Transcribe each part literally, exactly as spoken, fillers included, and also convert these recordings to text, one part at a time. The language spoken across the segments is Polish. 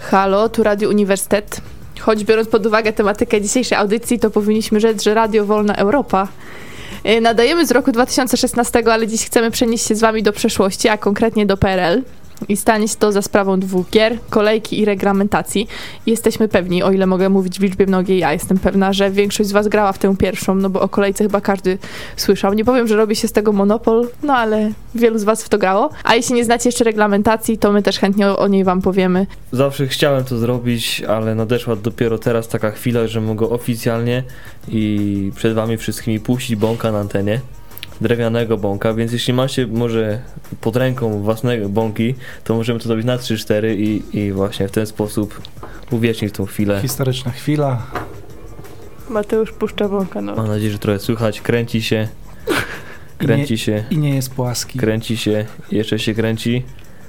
Halo, tu Radio Uniwersytet. Choć biorąc pod uwagę tematykę dzisiejszej audycji, to powinniśmy rzec, że Radio Wolna Europa. Nadajemy z roku dwa tysiące szesnastego, ale dziś chcemy przenieść się z wami do przeszłości, a konkretnie do P R L. I stanie się to za sprawą dwóch gier, kolejki i reglamentacji. I jesteśmy pewni, o ile mogę mówić w liczbie mnogiej, ja jestem pewna, że większość z was grała w tę pierwszą, no bo o kolejce chyba każdy słyszał. Nie powiem, że robi się z tego monopol, no ale wielu z was w to grało. A jeśli nie znacie jeszcze reglamentacji, to my też chętnie o, o niej wam powiemy. Zawsze chciałem to zrobić, ale nadeszła dopiero teraz taka chwila, że mogę oficjalnie i przed wami wszystkimi puścić bąka na antenie. Drewnianego bąka, więc jeśli macie może pod ręką własnego bąki, to możemy to zrobić na trzy cztery i, i właśnie w ten sposób uwiecznić tą chwilę. Historyczna chwila. Mateusz puszcza bąka, no. Mam nadzieję, że trochę słychać. Kręci się. Kręci I nie, się. I nie jest płaski. Kręci się. Jeszcze się kręci.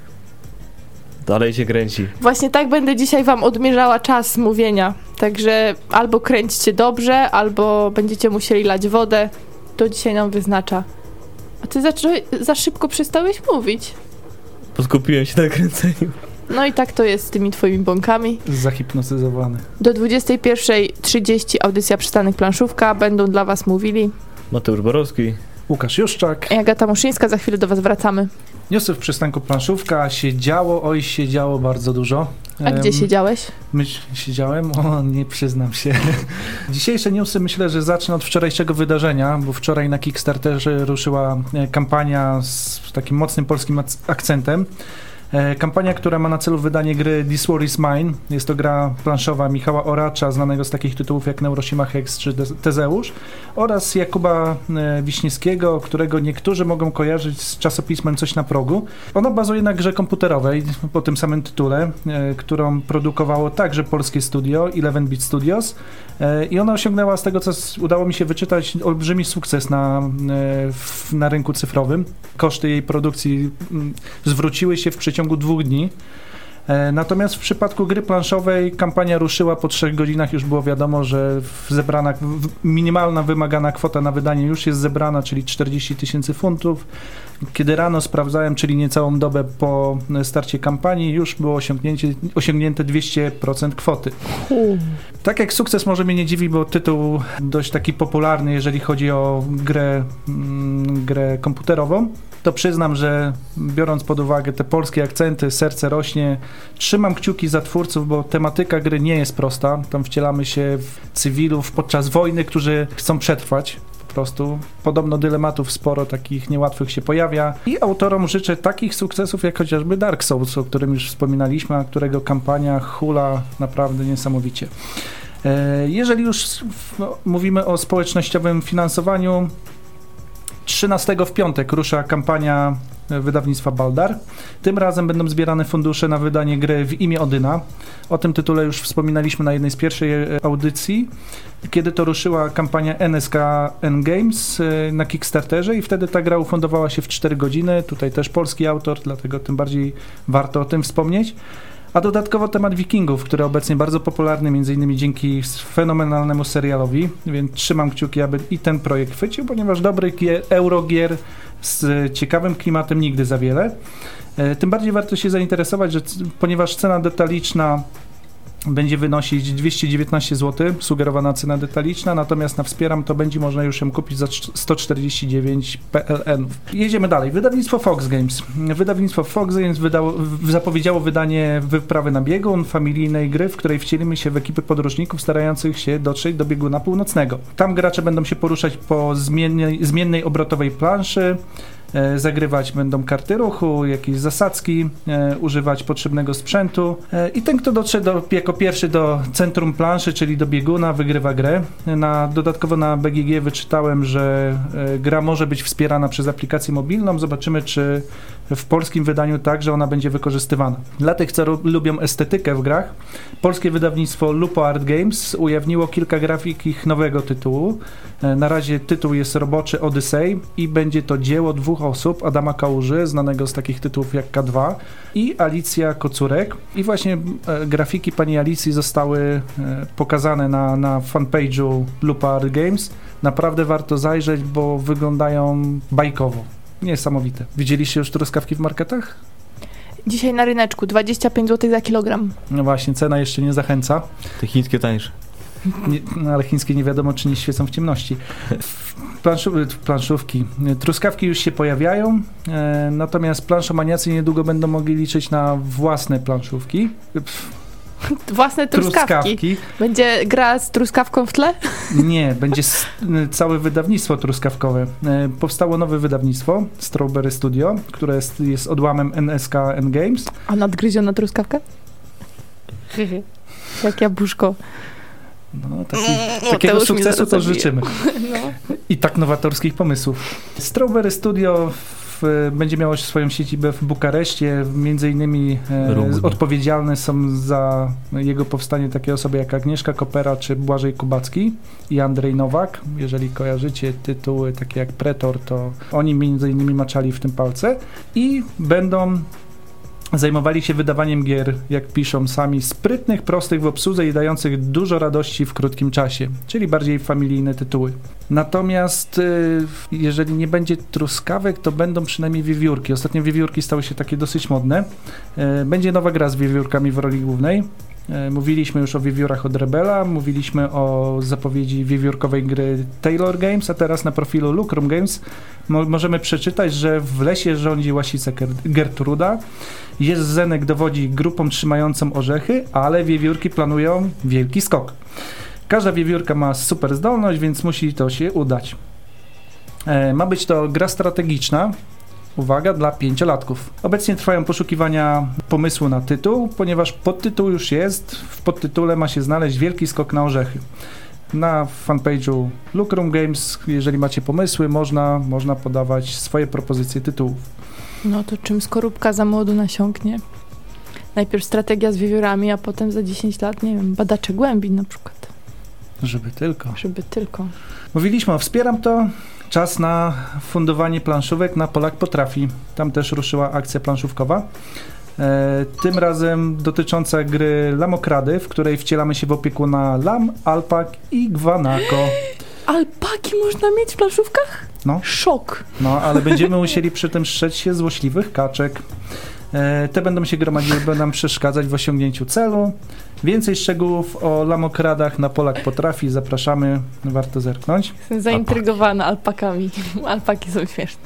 Dalej się kręci. Właśnie tak będę dzisiaj wam odmierzała czas mówienia. Także albo kręćcie dobrze, albo będziecie musieli lać wodę. To dzisiaj nam wyznacza. A ty za, za szybko przestałeś mówić. Poskupiłem się na kręceniu. No i tak to jest z tymi twoimi bąkami. Zahipnotyzowany. Do dwudziestej pierwszej trzydzieści audycja Przystanek Planszówka. Będą dla was mówili Mateusz Borowski. Łukasz Juszczak. I Agata Muszyńska. Za chwilę do was wracamy. Newsy w Przystanku Planszówka. Się działo, oj się działo bardzo dużo. A gdzie siedziałeś? Myśl, siedziałem? O, nie przyznam się. Dzisiejsze newsy myślę, że zacznę od wczorajszego wydarzenia, bo wczoraj na Kickstarterze ruszyła kampania z takim mocnym polskim akcentem. Kampania, która ma na celu wydanie gry This War Is Mine. Jest to gra planszowa Michała Oracza, znanego z takich tytułów jak Neuroshima Hex czy Tezeusz, oraz Jakuba Wiśniewskiego, którego niektórzy mogą kojarzyć z czasopismem Coś na progu. Ona bazuje na grze komputerowej po tym samym tytule, którą produkowało także polskie studio, Eleven Bit Studios, i ona osiągnęła, z tego co udało mi się wyczytać, olbrzymi sukces na, na rynku cyfrowym. Koszty jej produkcji zwróciły się w przeciągu dwóch dni. Natomiast w przypadku gry planszowej kampania ruszyła po trzech godzinach, już było wiadomo, że zebrana, minimalna wymagana kwota na wydanie już jest zebrana, czyli czterdzieści tysięcy funtów. Kiedy rano sprawdzałem, czyli niecałą dobę po starcie kampanii, już było osiągnięcie, osiągnięte dwieście procent kwoty. Hmm. Tak jak sukces może mnie nie dziwi, bo tytuł dość taki popularny, jeżeli chodzi o grę, mm, grę komputerową, to przyznam, że biorąc pod uwagę te polskie akcenty, serce rośnie. Trzymam kciuki za twórców, bo tematyka gry nie jest prosta. Tam wcielamy się w cywilów podczas wojny, którzy chcą przetrwać. Po prostu podobno dylematów sporo takich niełatwych się pojawia. I autorom życzę takich sukcesów jak chociażby Dark Souls, o którym już wspominaliśmy, a którego kampania hula naprawdę niesamowicie. Jeżeli już mówimy o społecznościowym finansowaniu, trzynastego w piątek rusza kampania wydawnictwa Baldar. Tym razem będą zbierane fundusze na wydanie gry W imię Odyna. O tym tytule już wspominaliśmy na jednej z pierwszej audycji, kiedy to ruszyła kampania N S K N Games na Kickstarterze i wtedy ta gra ufundowała się w cztery godziny. Tutaj też polski autor, dlatego tym bardziej warto o tym wspomnieć. A dodatkowo temat wikingów, który obecnie bardzo popularny, między innymi dzięki fenomenalnemu serialowi, więc trzymam kciuki, aby i ten projekt chwycił, ponieważ dobrych gier, eurogier z ciekawym klimatem nigdy za wiele. Tym bardziej warto się zainteresować, że ponieważ cena detaliczna będzie wynosić dwieście dziewiętnaście złotych, sugerowana cena detaliczna, natomiast na Wspieram to będzie można już ją kupić za sto czterdzieści dziewięć P L N. Jedziemy dalej. Wydawnictwo Fox Games. Wydawnictwo Fox Games wydało, zapowiedziało wydanie Wyprawy na biegun, familijnej gry, w której wcielimy się w ekipy podróżników starających się dotrzeć do bieguna północnego. Tam gracze będą się poruszać po zmiennej, zmiennej obrotowej planszy, E, zagrywać będą karty ruchu, jakieś zasadzki, e, używać potrzebnego sprzętu e, i ten, kto dotrze do, jako pierwszy do centrum planszy, czyli do bieguna, wygrywa grę. Na, dodatkowo na B G G wyczytałem, że e, gra może być wspierana przez aplikację mobilną. Zobaczymy, czy w polskim wydaniu także ona będzie wykorzystywana. Dla tych, co ru- lubią estetykę w grach, polskie wydawnictwo Lupo Art Games ujawniło kilka grafik ich nowego tytułu. E, na razie tytuł jest roboczy Odyssey i będzie to dzieło dwóch osób, Adama Kałuży, znanego z takich tytułów jak K dwa, i Alicja Kocurek. I właśnie e, grafiki pani Alicji zostały e, pokazane na, na fanpage'u Lupa Art Games. Naprawdę warto zajrzeć, bo wyglądają bajkowo. Niesamowite. Widzieliście już truskawki w marketach? Dzisiaj na ryneczku dwadzieścia pięć złotych za kilogram. No właśnie, cena jeszcze nie zachęca. Te chińskie tańsze. Nie, no ale chińskie nie wiadomo, czy nie świecą w ciemności. Planszu, planszówki. Truskawki już się pojawiają, e, natomiast planszomaniacy niedługo będą mogli liczyć na własne planszówki. Pff, Własne truskawki. truskawki. Będzie gra z truskawką w tle? Nie, będzie s- całe wydawnictwo truskawkowe. E, powstało nowe wydawnictwo, Strawberry Studio, które jest, jest odłamem N S K N Games. A nadgryziona truskawka? Jak jabłuszko. No, taki, no, takiego sukcesu to życzymy. No. I tak nowatorskich pomysłów. Strawberry Studio w, będzie miało swoją siedzibę w Bukareszcie. Między innymi e, odpowiedzialne są za jego powstanie takie osoby jak Agnieszka Kopera czy Błażej Kubacki i Andrzej Nowak. Jeżeli kojarzycie tytuły takie jak Pretor, to oni między innymi maczali w tym palce i będą zajmowali się wydawaniem gier, jak piszą sami, sprytnych, prostych w obsłudze i dających dużo radości w krótkim czasie, czyli bardziej familijne tytuły. Natomiast jeżeli nie będzie truskawek, to będą przynajmniej wiewiórki. Ostatnio wiewiórki stały się takie dosyć modne. Będzie nowa gra z wiewiórkami w roli głównej. Mówiliśmy już o wiewiórach od Rebela, mówiliśmy o zapowiedzi wiewiórkowej gry Taylor Games, a teraz na profilu Lucrum Games mo- możemy przeczytać, że w lesie rządzi łasica Gertruda, jest Zenek dowodzi grupą trzymającą orzechy, ale wiewiórki planują wielki skok. Każda wiewiórka ma super zdolność, więc musi to się udać. E, ma być to gra strategiczna, uwaga, dla pięciolatków. Obecnie trwają poszukiwania pomysłu na tytuł, ponieważ podtytuł już jest. W podtytule ma się znaleźć Wielki skok na orzechy. Na fanpage'u Lucrum Games, jeżeli macie pomysły, można, można podawać swoje propozycje tytułów. No to czym skorupka za młodu nasiąknie? Najpierw strategia z wiewiórami, a potem za dziesięć lat, nie wiem, badacze głębin na przykład. Żeby tylko. Żeby tylko. Mówiliśmy o Wspieram to. Czas na fundowanie planszówek na Polak Potrafi. Tam też ruszyła akcja planszówkowa. E, tym razem dotycząca gry Lamokrady, w której wcielamy się w opiekuna lam, alpak i gwanako. Alpaki można mieć w planszówkach? No. Szok. No, ale będziemy musieli przy tym strzec się złośliwych kaczek. E, te będą się gromadziły, będą nam przeszkadzać w osiągnięciu celu. Więcej szczegółów o Lamokradach na Polak Potrafi. Zapraszamy, warto zerknąć. Jestem zaintrygowana alpakami. Alpaki są śmieszne.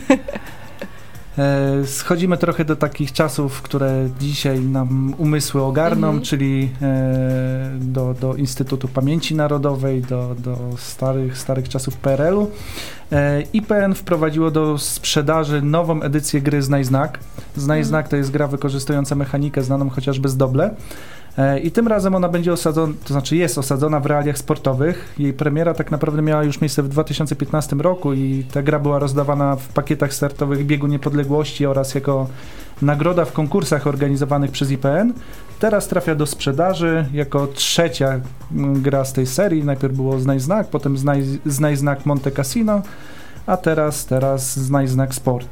E, schodzimy trochę do takich czasów, które dzisiaj nam umysły ogarną, mhm. czyli e, do, do Instytutu Pamięci Narodowej, do, do starych, starych czasów P R L-u. E, I P N wprowadziło do sprzedaży nową edycję gry Znaj Znak. Znaj mhm. Znak to jest gra wykorzystująca mechanikę znaną chociażby z Doble. I tym razem ona będzie osadzona, to znaczy jest osadzona w realiach sportowych. Jej premiera tak naprawdę miała już miejsce w dwa tysiące piętnastym roku i ta gra była rozdawana w pakietach startowych Biegu Niepodległości oraz jako nagroda w konkursach organizowanych przez I P N. Teraz trafia do sprzedaży jako trzecia gra z tej serii. Najpierw było Znaj Znak, potem Znaj, Znaj Znak Monte Cassino, a teraz, teraz Znaj Znak Sport.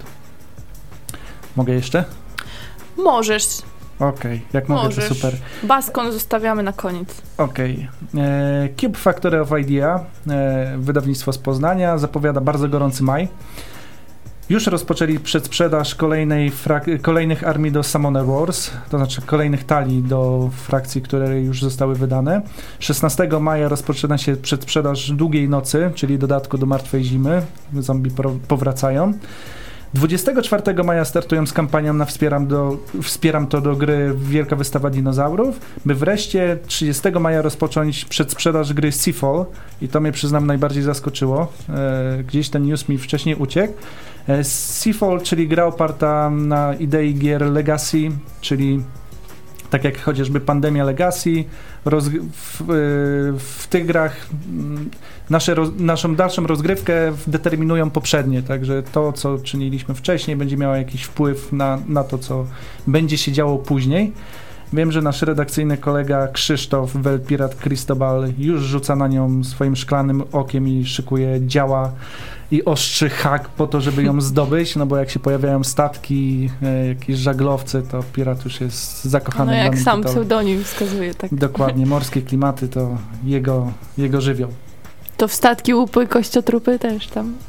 Mogę jeszcze? Możesz. Okej, okay. Jak mogę, Możesz. To super. Baskon zostawiamy na koniec. Okej. Okay. Cube Factory of Idea, e, wydawnictwo z Poznania, zapowiada bardzo gorący maj. Już rozpoczęli przedsprzedaż kolejnej frak- kolejnych armii do Summoner Wars, to znaczy kolejnych talii do frakcji, które już zostały wydane. szesnastego maja rozpoczyna się przedsprzedaż Długiej Nocy, czyli dodatku do Martwej Zimy. Zombie pro- powracają. dwudziestego czwartego maja startują z kampanią na Wspieram, do, wspieram to do gry Wielka Wystawa Dinozaurów, by wreszcie trzydziestego maja rozpocząć przedsprzedaż gry Seafall i to mnie, przyznam, najbardziej zaskoczyło. E, gdzieś ten news mi wcześniej uciekł. E, Seafall, czyli gra oparta na idei gier Legacy, czyli tak jak chociażby Pandemia Legacy, roz, w, w tych grach nasze, naszą dalszą rozgrywkę determinują poprzednie, także to, co czyniliśmy wcześniej, będzie miało jakiś wpływ na, na to, co będzie się działo później. Wiem, że nasz redakcyjny kolega Krzysztof Welpirat Cristobal już rzuca na nią swoim szklanym okiem i szykuje działa i ostrzy hak po to, żeby ją zdobyć, no bo jak się pojawiają statki, e, jakieś żaglowce, to pirat już jest zakochany. No jak sam tytułem. Pseudonim wskazuje, tak. Dokładnie, morskie klimaty to jego, jego żywioł. To w statki, łupy, kościotrupy też tam.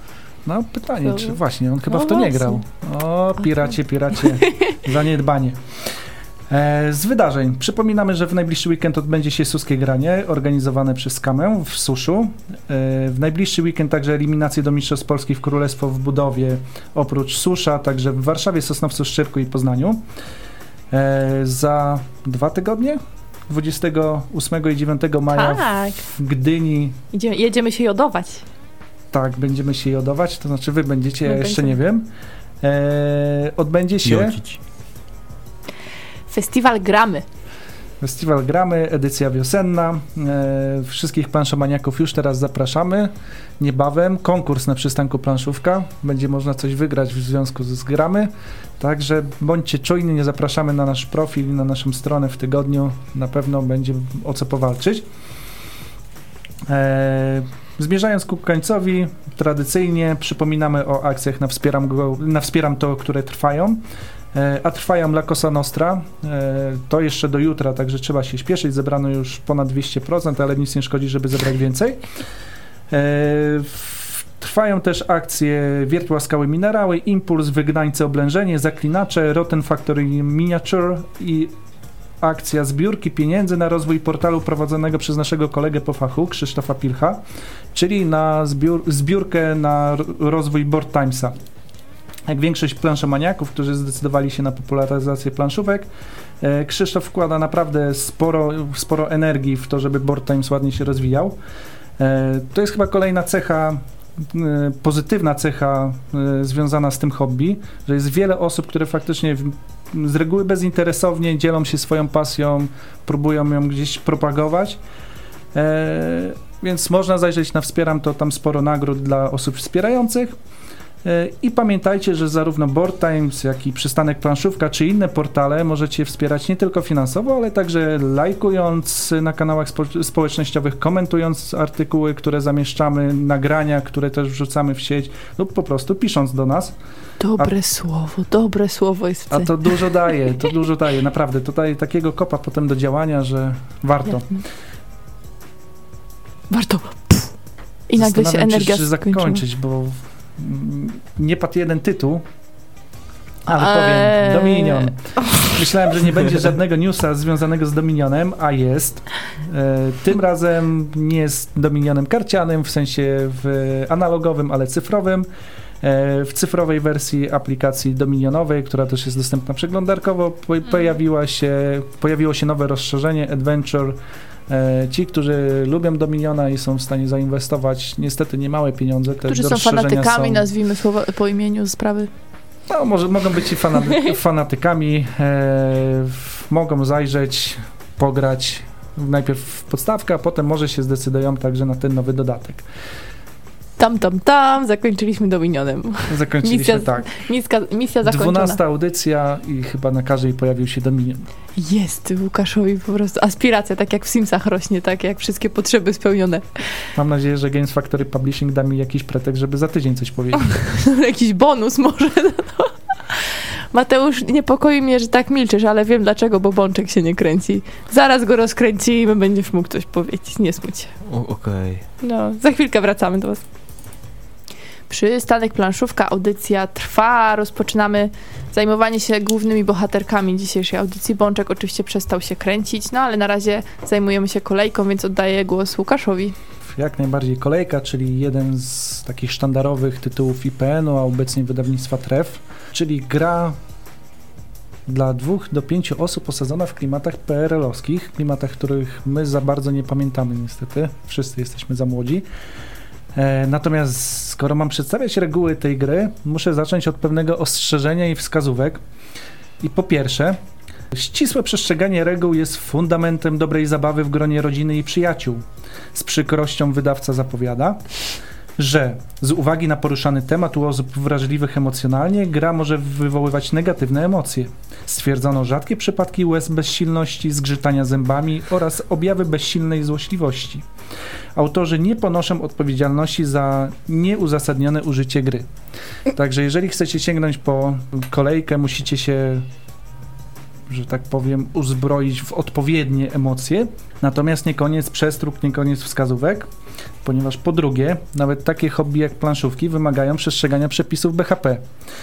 No pytanie, To- czy właśnie, on chyba No w to nie właśnie. grał. O, piracie, piracie, zaniedbanie. E, z wydarzeń. Przypominamy, że w najbliższy weekend odbędzie się Suskie Granie, organizowane przez Skamę w Suszu. E, w najbliższy weekend także eliminacje do Mistrzostw Polski w Królestwo w Budowie, oprócz Susza, także w Warszawie, Sosnowcu, Szczyrku i Poznaniu. E, za dwa tygodnie, dwudziestego ósmego i dziewiątego maja Tak. w Gdyni, Idziemy, jedziemy się jodować. tak, będziemy się jodować, to znaczy wy będziecie, My ja jeszcze będziemy. nie wiem. E, odbędzie się Jodzić. Festiwal Gramy. Festiwal Gramy, edycja wiosenna. E, wszystkich planszomaniaków już teraz zapraszamy. Niebawem konkurs na przystanku planszówka. Będzie można coś wygrać w związku z Gramy. Także bądźcie czujni, nie zapraszamy na nasz profil i na naszą stronę w tygodniu. Na pewno będzie o co powalczyć. E, zmierzając ku końcowi, tradycyjnie przypominamy o akcjach na Wspieram, go, na Wspieram To, które trwają. E, A trwają La Cosa Nostra, e, to jeszcze do jutra, także trzeba się śpieszyć, zebrano już ponad dwieście procent, ale nic nie szkodzi, żeby zebrać więcej. E, w- Trwają też akcje Wiertła Skały Minerały, Impuls, Wygnańce Oblężenie, Zaklinacze, Rotten Factory Miniature i akcja zbiórki pieniędzy na rozwój portalu prowadzonego przez naszego kolegę po fachu, Krzysztofa Pilcha, czyli na zbiór, zbiórkę na r- rozwój Board Timesa. Jak większość planszomaniaków, którzy zdecydowali się na popularyzację planszówek, e, Krzysztof wkłada naprawdę sporo, sporo energii w to, żeby Board Times ładnie się rozwijał. E, To jest chyba kolejna cecha, e, pozytywna cecha e, związana z tym hobby, że jest wiele osób, które faktycznie w, z reguły bezinteresownie dzielą się swoją pasją, próbują ją gdzieś propagować. E, Więc można zajrzeć na Wspieram To, tam sporo nagród dla osób wspierających. I pamiętajcie, że zarówno Board Times, jak i Przystanek Planszówka, czy inne portale możecie wspierać nie tylko finansowo, ale także lajkując na kanałach spo- społecznościowych, komentując artykuły, które zamieszczamy, nagrania, które też wrzucamy w sieć, lub po prostu pisząc do nas. Dobre słowo, dobre słowo jest w A cenie. to dużo daje, to dużo daje, naprawdę. To daje takiego kopa potem do działania, że warto. Jasne. Warto. Pff. I nagle się Zastanawiam energia czy skończyła. zakończyć, bo mm, nie padł jeden tytuł, ale Eee. powiem, Dominion. Myślałem, że nie będzie żadnego newsa związanego z Dominionem, a jest. E, tym razem nie jest Dominionem karcianym, w sensie w analogowym, ale cyfrowym. E, w cyfrowej wersji aplikacji Dominionowej, która też jest dostępna przeglądarkowo, po, pojawiła się, pojawiło się nowe rozszerzenie Adventure. E, Ci, którzy lubią Dominiona i są w stanie zainwestować niestety niemałe pieniądze, te Którzy są rozszerzenia fanatykami, są, nazwijmy słowo po imieniu sprawy. no, może mogą być i fanaty, fanatykami, e, w- mogą zajrzeć, pograć najpierw w podstawkę, a potem może się zdecydują także na ten nowy dodatek. Tam, tam, tam, zakończyliśmy Dominionem. Zakończyliśmy Misja- tak. Misja, misja zakończona. Dwunasta audycja i chyba na każdej pojawił się Dominion. Jest Łukaszowi po prostu aspiracja, tak jak w Simsach rośnie, tak jak wszystkie potrzeby spełnione. Mam nadzieję, że Games Factory Publishing da mi jakiś pretekst, żeby za tydzień coś powiedzieć. Jakiś bonus może. No. Mateusz, niepokoi mnie, że tak milczysz, ale wiem dlaczego, bo Bączek się nie kręci. Zaraz go rozkręci i będziesz mógł coś powiedzieć. Nie smuć się. O, Okej. No, za chwilkę wracamy do was. Przystanek Planszówka, audycja trwa, rozpoczynamy zajmowanie się głównymi bohaterkami dzisiejszej audycji. Bączek oczywiście przestał się kręcić, no ale na razie zajmujemy się kolejką, więc oddaję głos Łukaszowi. Jak najbardziej Kolejka, czyli jeden z takich sztandarowych tytułów I P N u, a obecnie wydawnictwa Tref, czyli gra dla dwóch do pięciu osób osadzona w klimatach P R L-owskich, klimatach, których my za bardzo nie pamiętamy niestety, wszyscy jesteśmy za młodzi. E, natomiast skoro mam przedstawiać reguły tej gry, muszę zacząć od pewnego ostrzeżenia i wskazówek. I po pierwsze, ścisłe przestrzeganie reguł jest fundamentem dobrej zabawy w gronie rodziny i przyjaciół. Z przykrością wydawca zapowiada, że z uwagi na poruszany temat u osób wrażliwych emocjonalnie, gra może wywoływać negatywne emocje. Stwierdzono rzadkie przypadki łez bezsilności, zgrzytania zębami oraz objawy bezsilnej złośliwości. Autorzy nie ponoszą odpowiedzialności za nieuzasadnione użycie gry. Także jeżeli chcecie sięgnąć po Kolejkę, musicie się, że tak powiem, uzbroić w odpowiednie emocje. Natomiast nie koniec przestróg, nie koniec wskazówek. ponieważ po drugie, nawet takie hobby jak planszówki wymagają przestrzegania przepisów B H P.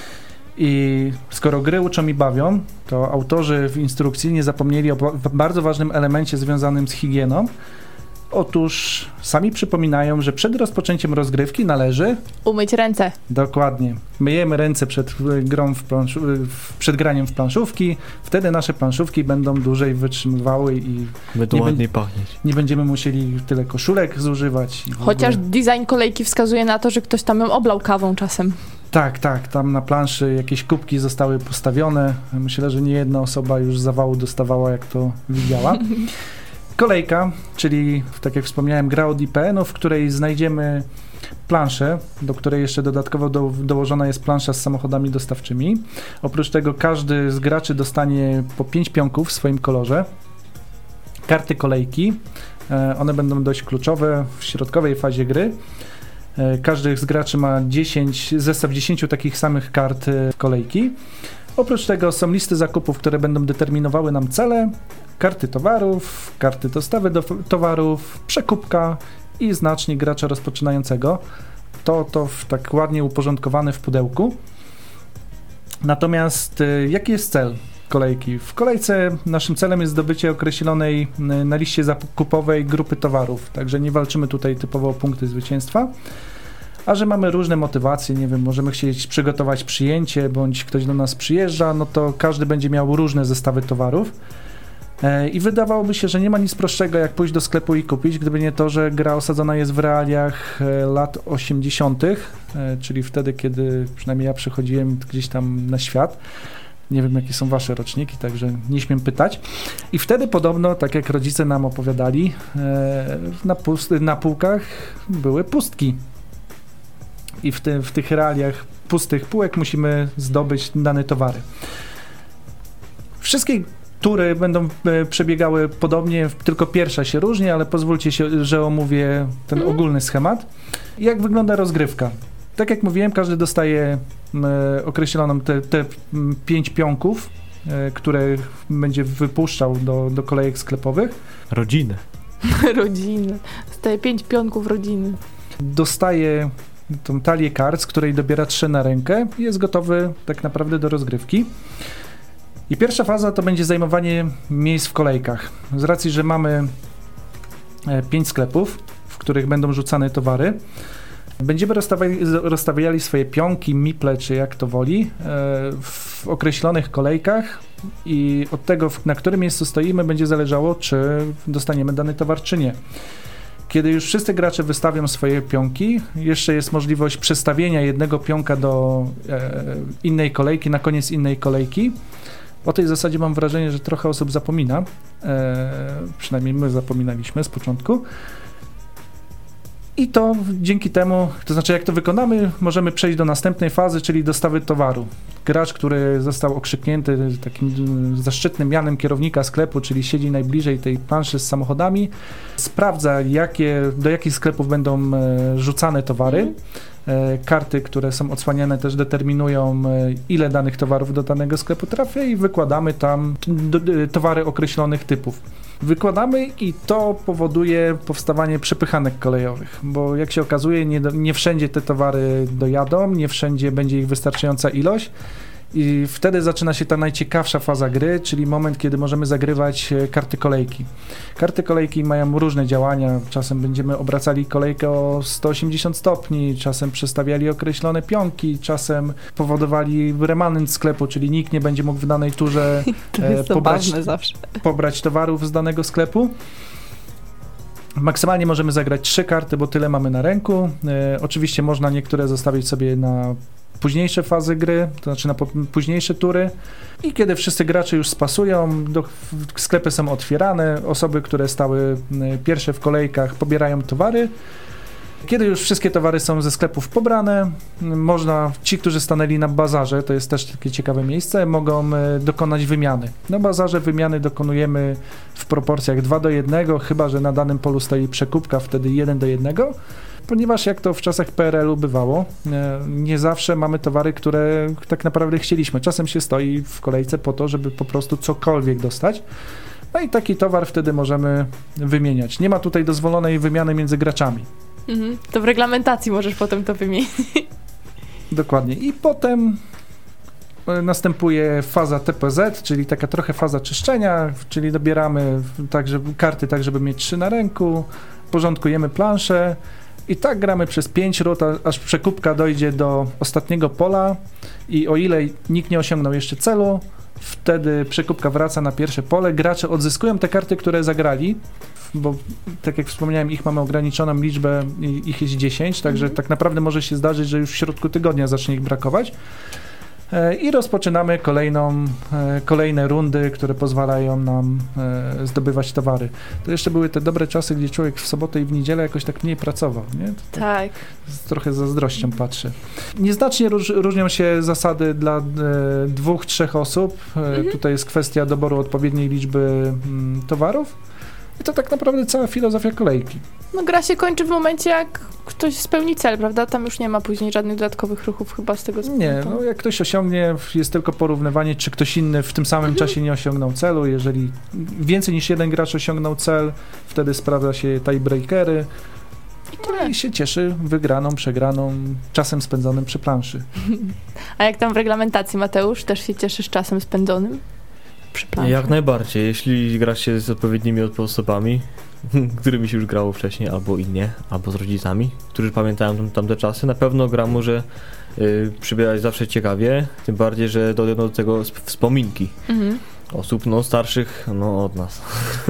I skoro gry uczą i bawią, to autorzy w instrukcji nie zapomnieli o bardzo ważnym elemencie związanym z higieną. Otóż sami przypominają, że przed rozpoczęciem rozgrywki należy umyć ręce. Dokładnie. Myjemy ręce przed grą w planszu, przed graniem w planszówki, wtedy nasze planszówki będą dłużej wytrzymywały i będą nie, ładniej pachnieć. Nie będziemy musieli tyle koszulek zużywać. Chociaż design kolejki wskazuje na to, że ktoś tam ją oblał kawą czasem. Tak, tak, tam na planszy jakieś kubki zostały postawione. Myślę, że nie jedna osoba już zawału dostawała, jak to widziała. Kolejka, czyli tak jak wspomniałem, gra od I P, no, w której znajdziemy planszę, do której jeszcze dodatkowo do, dołożona jest plansza z samochodami dostawczymi. Oprócz tego każdy z graczy dostanie po pięć pionków w swoim kolorze. Karty kolejki, e, one będą dość kluczowe w środkowej fazie gry. E, każdy z graczy ma dziesięć, zestaw dziesięciu takich samych kart e, kolejki. Oprócz tego są listy zakupów, które będą determinowały nam cele, karty towarów, karty dostawy do towarów, przekupka i znacznik gracza rozpoczynającego. To, to w tak ładnie uporządkowane w pudełku. Natomiast y, jaki jest cel kolejki? W kolejce naszym celem jest zdobycie określonej y, na liście zakupowej grupy towarów, także nie walczymy tutaj typowo o punkty zwycięstwa. A że mamy różne motywacje, nie wiem, możemy chcieć przygotować przyjęcie, bądź ktoś do nas przyjeżdża, no to każdy będzie miał różne zestawy towarów. E, I wydawałoby się, że nie ma nic prostszego, jak pójść do sklepu i kupić, gdyby nie to, że gra osadzona jest w realiach e, lat osiemdziesiątych, e, czyli wtedy, kiedy przynajmniej ja przychodziłem gdzieś tam na świat. Nie wiem, jakie są wasze roczniki, także nie śmiem pytać. I wtedy podobno, tak jak rodzice nam opowiadali, e, na, pust- na półkach były pustki. I w, ty, w tych realiach pustych półek musimy zdobyć dane towary. Wszystkie tury będą e, przebiegały podobnie, tylko pierwsza się różni, ale pozwólcie się, że omówię ten mm. ogólny schemat. Jak wygląda rozgrywka? Tak jak mówiłem, każdy dostaje e, określoną te, te pięć pionków, e, które będzie wypuszczał do, do kolejek sklepowych. Rodzinę. Rodziny. Dostaje pięć pionków rodziny. Dostaje tą talię kart, z której dobiera trzy na rękę i jest gotowy tak naprawdę do rozgrywki. I pierwsza faza to będzie zajmowanie miejsc w kolejkach. Z racji, że mamy pięć sklepów, w których będą rzucane towary, będziemy rozstawiali, rozstawiali swoje pionki, miple, czy jak to woli, w określonych kolejkach i od tego, na którym miejscu stoimy, będzie zależało, czy dostaniemy dany towar, czy nie. Kiedy już wszyscy gracze wystawią swoje pionki, jeszcze jest możliwość przestawienia jednego pionka do e, innej kolejki, na koniec innej kolejki. O tej zasadzie mam wrażenie, że trochę osób zapomina, e, przynajmniej my zapominaliśmy z początku. I to dzięki temu, to znaczy jak to wykonamy, możemy przejść do następnej fazy, czyli dostawy towaru. Gracz, który został okrzyknięty takim zaszczytnym mianem kierownika sklepu, czyli siedzi najbliżej tej planszy z samochodami, sprawdza, jakie, do jakich sklepów będą rzucane towary. Karty, które są odsłaniane, też determinują, ile danych towarów do danego sklepu trafia i wykładamy tam towary określonych typów. Wykładamy i to powoduje powstawanie przepychanek kolejowych, bo jak się okazuje, nie, nie wszędzie te towary dojadą, nie wszędzie będzie ich wystarczająca ilość i wtedy zaczyna się ta najciekawsza faza gry, czyli moment, kiedy możemy zagrywać karty kolejki. Karty kolejki mają różne działania, czasem będziemy obracali kolejkę o sto osiemdziesiąt stopni, czasem przestawiali określone pionki, czasem powodowali remanent sklepu, czyli nikt nie będzie mógł w danej turze to jest pobrać, zawsze. pobrać towarów z danego sklepu. Maksymalnie możemy zagrać trzy karty, bo tyle mamy na ręku. E, oczywiście można niektóre zostawić sobie na późniejsze fazy gry, to znaczy na po, późniejsze tury. I kiedy wszyscy gracze już spasują, do, sklepy są otwierane, osoby, które stały pierwsze w kolejkach, pobierają towary. Kiedy już wszystkie towary są ze sklepów pobrane, można, ci, którzy stanęli na bazarze, to jest też takie ciekawe miejsce, mogą dokonać wymiany. Na bazarze wymiany dokonujemy w proporcjach dwa do jednego, chyba że na danym polu stoi przekupka, wtedy jeden do jednego, ponieważ jak to w czasach P R L u bywało, nie zawsze mamy towary, które tak naprawdę chcieliśmy. Czasem się stoi w kolejce po to, żeby po prostu cokolwiek dostać. No i taki towar wtedy możemy wymieniać. Nie ma tutaj dozwolonej wymiany między graczami. Mhm. To w reglamentacji możesz potem to wymienić. Dokładnie. I potem następuje faza T P Z, czyli taka trochę faza czyszczenia, czyli dobieramy tak, żeby, karty tak, żeby mieć trzy na ręku, porządkujemy planszę i tak gramy przez pięć rund, aż przekupka dojdzie do ostatniego pola i o ile nikt nie osiągnął jeszcze celu, wtedy przekupka wraca na pierwsze pole, gracze odzyskują te karty, które zagrali, bo tak jak wspomniałem, ich mamy ograniczoną liczbę, ich jest dziesięć, także mm. tak naprawdę może się zdarzyć, że już w środku tygodnia zacznie ich brakować. I rozpoczynamy kolejną, kolejne rundy, które pozwalają nam zdobywać towary. To jeszcze były te dobre czasy, gdzie człowiek w sobotę i w niedzielę jakoś tak mniej pracował, nie? To tak. Trochę z zazdrością patrzę. Nieznacznie róż, różnią się zasady dla e, dwóch, trzech osób. E, mhm. Tutaj jest kwestia doboru odpowiedniej liczby m, towarów. I to tak naprawdę cała filozofia kolejki. No gra się kończy w momencie, jak ktoś spełni cel, prawda? Tam już nie ma później żadnych dodatkowych ruchów chyba z tego. Nie, no jak ktoś osiągnie, jest tylko porównywanie, czy ktoś inny w tym samym mhm. czasie nie osiągnął celu. Jeżeli więcej niż jeden gracz osiągnął cel, wtedy sprawdza się tiebreakery. No i się cieszy wygraną, przegraną, czasem spędzonym przy planszy. A jak tam w reglamentacji, Mateusz, też się cieszysz czasem spędzonym przy planszy? Jak najbardziej, jeśli gra się z odpowiednimi osobami, którymi się już grało wcześniej, albo i nie, albo z rodzicami, którzy pamiętają tam, tamte czasy, na pewno gra może y, przybierać zawsze ciekawie, tym bardziej, że dodano do tego wspominki mhm. osób no, starszych no, od nas.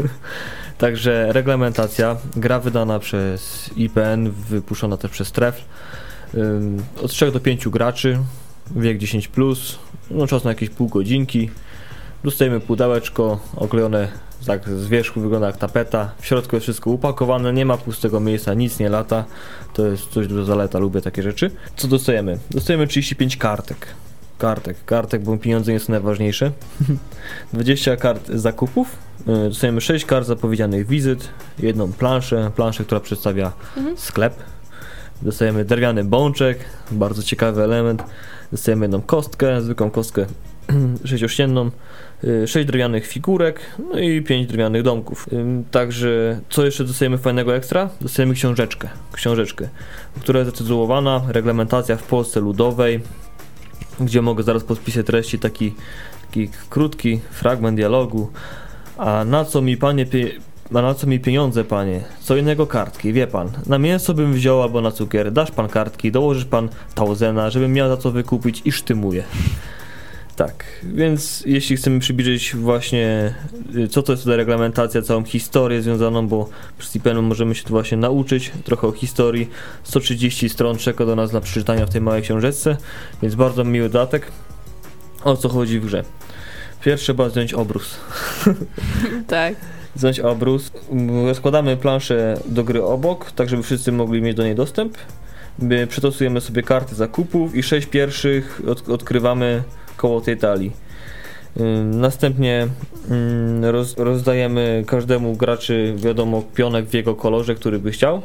Także reglamentacja, gra wydana przez I P N, wypuszczona też przez Trefl, ym, od trzech do pięciu graczy, wiek dziesięć plus, no czas na jakieś pół godzinki, dostajemy pudełeczko oklejone tak z wierzchu, wygląda jak tapeta, w środku jest wszystko upakowane, nie ma pustego miejsca, nic nie lata, to jest coś dużo zaleta, lubię takie rzeczy. Co dostajemy? Dostajemy trzydzieści pięć kartek. Kartek, kartek, bo pieniądze nie są najważniejsze. dwadzieścia kart zakupów. Dostajemy sześć kart zapowiedzianych wizyt, jedną planszę, planszę, która przedstawia mhm. sklep. Dostajemy drewniany bączek, bardzo ciekawy element. Dostajemy jedną kostkę, zwykłą kostkę sześciościenną, sześć drewnianych figurek, no i pięć drewnianych domków. Także co jeszcze dostajemy fajnego ekstra? Dostajemy książeczkę, książeczkę, która jest zatytułowana Reglamentacja w Polsce Ludowej, gdzie mogę zaraz podpisać treści, taki, taki krótki fragment dialogu. A na co mi panie, pie... a na co mi pieniądze, panie? Co innego kartki, wie pan. Na mięso bym wziął albo na cukier. Dasz pan kartki, dołożysz pan tausena, żebym miał za co wykupić i sztymuje. Tak, więc jeśli chcemy przybliżyć właśnie co to jest ta reglamentacja, całą historię związaną, bo przez I P N możemy się tu właśnie nauczyć trochę o historii. sto trzydzieści stron czeka do nas na przeczytania w tej małej książeczce, więc bardzo miły dodatek. O co chodzi w grze? Pierwsze trzeba zdjąć obrus. Tak. Zdjąć obrus. Rozkładamy planszę do gry obok, tak żeby wszyscy mogli mieć do niej dostęp. My przetosujemy sobie karty zakupów i sześć pierwszych od, odkrywamy koło tej talii. Następnie roz, rozdajemy każdemu graczy, wiadomo, pionek w jego kolorze, który by chciał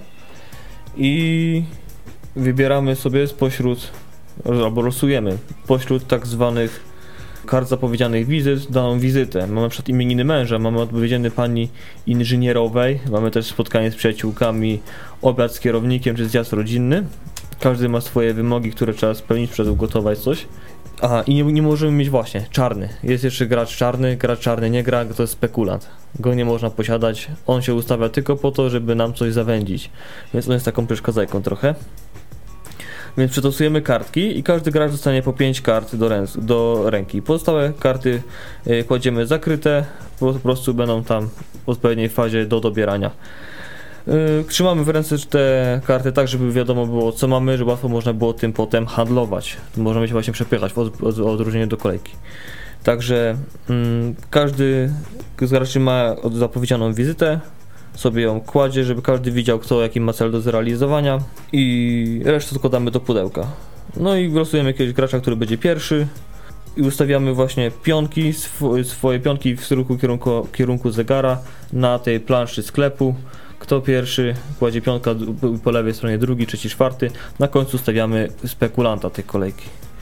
i wybieramy sobie spośród, albo losujemy pośród tak zwanych kart zapowiedzianych wizyt daną wizytę. Mamy na przykład imieniny męża, mamy odpowiedziany pani inżynierowej, mamy też spotkanie z przyjaciółkami, obiad z kierownikiem czy zjazd rodzinny. Każdy ma swoje wymogi, które trzeba spełnić, przed ugotować coś. Aha, i nie, nie możemy mieć właśnie czarny. Jest jeszcze gracz czarny, gracz czarny nie gra, to jest spekulant. Go nie można posiadać, on się ustawia tylko po to, żeby nam coś zawędzić. Więc on jest taką przeszkadzajką trochę. Więc przetosujemy kartki i każdy gracz dostanie po pięć kart do, ręc, do ręki. Pozostałe karty y, kładziemy zakryte, po, po prostu będą tam w odpowiedniej fazie do dobierania. Y, trzymamy w ręce te karty tak, żeby wiadomo było co mamy, żeby łatwo można było tym potem handlować. Możemy się właśnie przepychać w od, od, odróżnieniu do kolejki. Także y, każdy z graczy ma zapowiedzianą wizytę, sobie ją kładzie, żeby każdy widział kto jaki ma cel do zrealizowania i resztę składamy do pudełka. No i losujemy jakiegoś gracza, który będzie pierwszy i ustawiamy właśnie pionki, sw swoje pionki w kierunku, kierunku zegara na tej planszy sklepu. Kto pierwszy kładzie pionka po lewej stronie, drugi, trzeci, czwarty. Na końcu stawiamy spekulanta tej kolejki.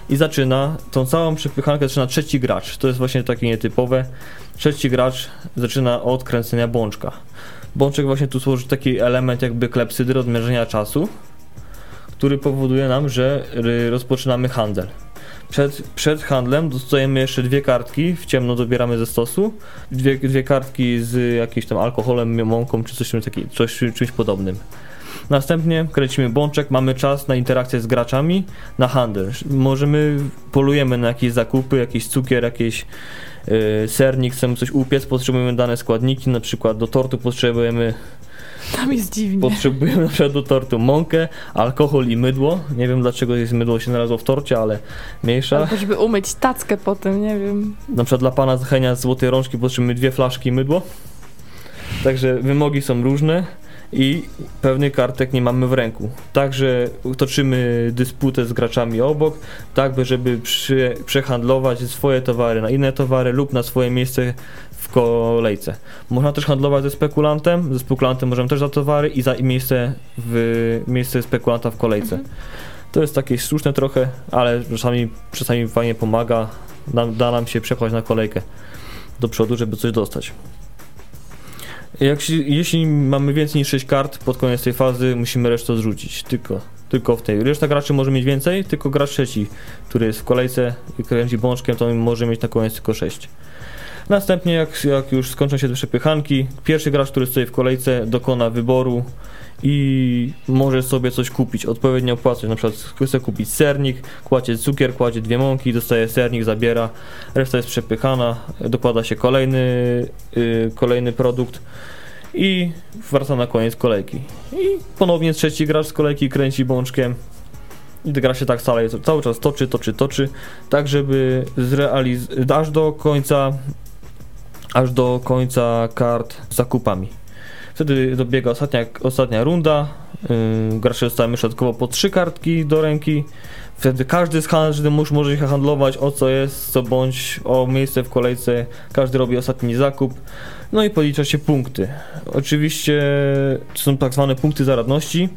i zaczyna, tą całą przepychankę zaczyna trzeci gracz. To jest właśnie takie nietypowe. Trzeci gracz zaczyna od kręcenia bączka. Bączek właśnie tu służy taki element jakby klepsydry, odmierzenia czasu, który powoduje nam, że rozpoczynamy handel. Przed, przed handlem dostajemy jeszcze dwie kartki, w ciemno dobieramy ze stosu, dwie, dwie kartki z jakimś tam alkoholem, mąką czy coś, taki, coś czymś podobnym. Następnie kręcimy bączek, mamy czas na interakcję z graczami, na handel. Możemy, polujemy na jakieś zakupy, jakiś cukier, jakiś yy, sernik, chcemy coś upiec, potrzebujemy dane składniki, na przykład do tortu potrzebujemy Tam jest dziwnie. Potrzebujemy na przykład do tortu mąkę, alkohol i mydło. Nie wiem dlaczego jest mydło się znalazło w torcie, ale mniejsza. Albo żeby umyć tackę potem, nie wiem. Na przykład dla pana z Henia z Złotej Rączki potrzebujemy dwie flaszki mydło. Także wymogi są różne i pewnych kartek nie mamy w ręku. Także toczymy dysputę z graczami obok, tak by żeby przy, przehandlować swoje towary na inne towary lub na swoje miejsce w kolejce. Można też handlować ze spekulantem, ze spekulantem możemy też za towary i za miejsce, w, miejsce spekulanta w kolejce. Mhm. To jest takie sztuczne trochę, ale czasami, czasami fajnie pomaga, da, da nam się przepchać na kolejkę do przodu, żeby coś dostać. Jak, jeśli mamy więcej niż sześć kart, pod koniec tej fazy musimy resztę odrzucić, tylko, tylko w tej. Reszta graczy może mieć więcej, tylko gracz trzeci, który jest w kolejce i kręci bączkiem, to może mieć na koniec tylko sześć. Następnie jak, jak już skończą się te przepychanki, pierwszy gracz, który stoi w kolejce, dokona wyboru i może sobie coś kupić, odpowiednio opłacać, na przykład chce kupić sernik, kładzie cukier, kładzie dwie mąki, dostaje sernik, zabiera, reszta jest przepychana, dokłada się kolejny, yy, kolejny produkt i wraca na koniec kolejki. I ponownie trzeci gracz z kolejki kręci bączkiem i gra się tak cały, cały czas toczy, toczy, toczy, tak żeby zrealizować aż do końca aż do końca kart z zakupami. Wtedy dobiega ostatnia, ostatnia runda, yy, gracze dostają środkowo po trzy kartki do ręki, wtedy każdy z każdym może się handlować o co jest, co bądź o miejsce w kolejce, każdy robi ostatni zakup, no i policza się punkty. Oczywiście to są tak zwane punkty zaradności,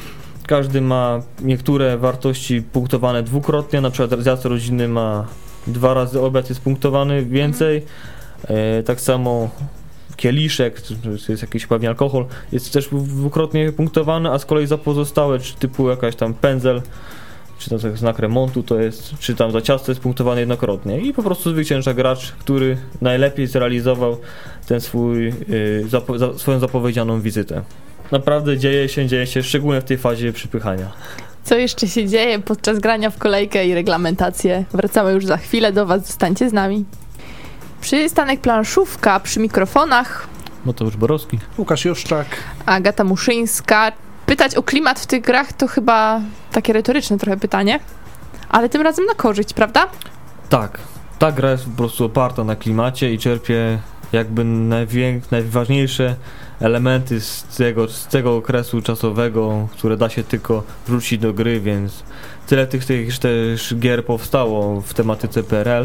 każdy ma niektóre wartości punktowane dwukrotnie, na przykład zjazd rodzinny ma dwa razy obiad jest punktowany więcej, yy, tak samo kieliszek, to jest jakiś pewnie alkohol, jest też dwukrotnie punktowany, a z kolei za pozostałe, czy typu jakaś tam pędzel, czy tam znak remontu to jest, czy tam za ciasto jest punktowany jednokrotnie i po prostu zwycięża gracz, który najlepiej zrealizował ten swój, yy, zapo- za, swoją zapowiedzianą wizytę. Naprawdę dzieje się, dzieje się, szczególnie w tej fazie przypychania. Co jeszcze się dzieje podczas grania w kolejkę i reglamentację? Wracamy już za chwilę do was, zostańcie z nami. Przystanek planszówka przy mikrofonach. Mateusz Borowski. Łukasz Juszczak. Agata Muszyńska. Pytać o klimat w tych grach to chyba takie retoryczne trochę pytanie, ale tym razem na korzyść, prawda? Tak. Ta gra jest po prostu oparta na klimacie i czerpie jakby najwię- najważniejsze elementy z tego, z tego okresu czasowego, które da się tylko wrócić do gry, więc tyle tych, tych też gier powstało w tematyce P R L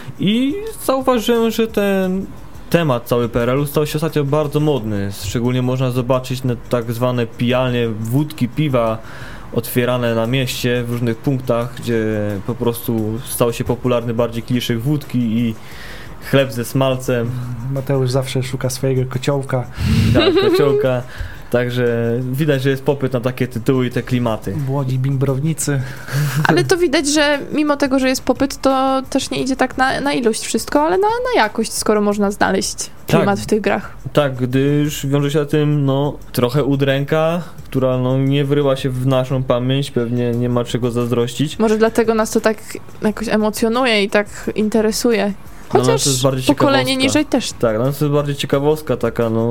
i zauważyłem, że ten temat cały P R L-u stał się ostatnio bardzo modny, szczególnie można zobaczyć na tak zwane pijalnie wódki, piwa otwierane na mieście w różnych punktach, gdzie po prostu stał się popularny bardziej kieliszek wódki i chleb ze smalcem. Mateusz zawsze szuka swojego kociołka. Tak, kociołka. Także widać, że jest popyt na takie tytuły i te klimaty. Młodzi bimbrownicy. Ale to widać, że mimo tego, że jest popyt, to też nie idzie tak na, na ilość wszystko, ale na, na jakość, skoro można znaleźć klimat tak, w tych grach. Tak, gdyż wiąże się z tym, no, trochę udręka, która no, nie wryła się w naszą pamięć, pewnie nie ma czego zazdrościć. Może dlatego nas to tak jakoś emocjonuje i tak interesuje. Chociaż no, no, pokolenie niżej też. Tak, no to jest bardziej ciekawostka taka, no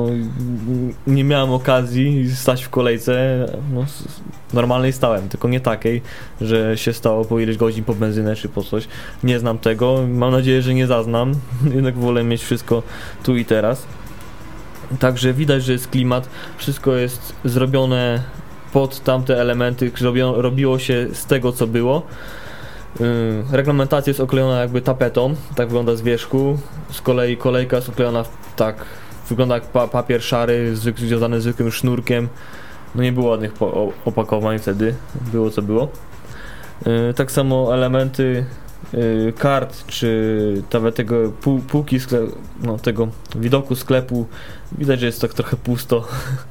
nie miałem okazji stać w kolejce, no normalnej stałem, tylko nie takiej, że się stało po ileś godzin po benzynę czy po coś. Nie znam tego, mam nadzieję, że nie zaznam, jednak wolę mieć wszystko tu i teraz. Także widać, że jest klimat, wszystko jest zrobione pod tamte elementy, robio, robiło się z tego, co było. Yy, reglamentacja jest oklejona jakby tapetą, tak wygląda z wierzchu, z kolei kolejka jest oklejona tak, wygląda jak pa- papier szary, zwyk- związany z zwykłym sznurkiem, no nie było ładnych po- opakowań wtedy, było co było. Yy, tak samo elementy yy, kart, czy nawet tego pół, półki skle- no, tego widoku sklepu, widać, że jest tak trochę pusto.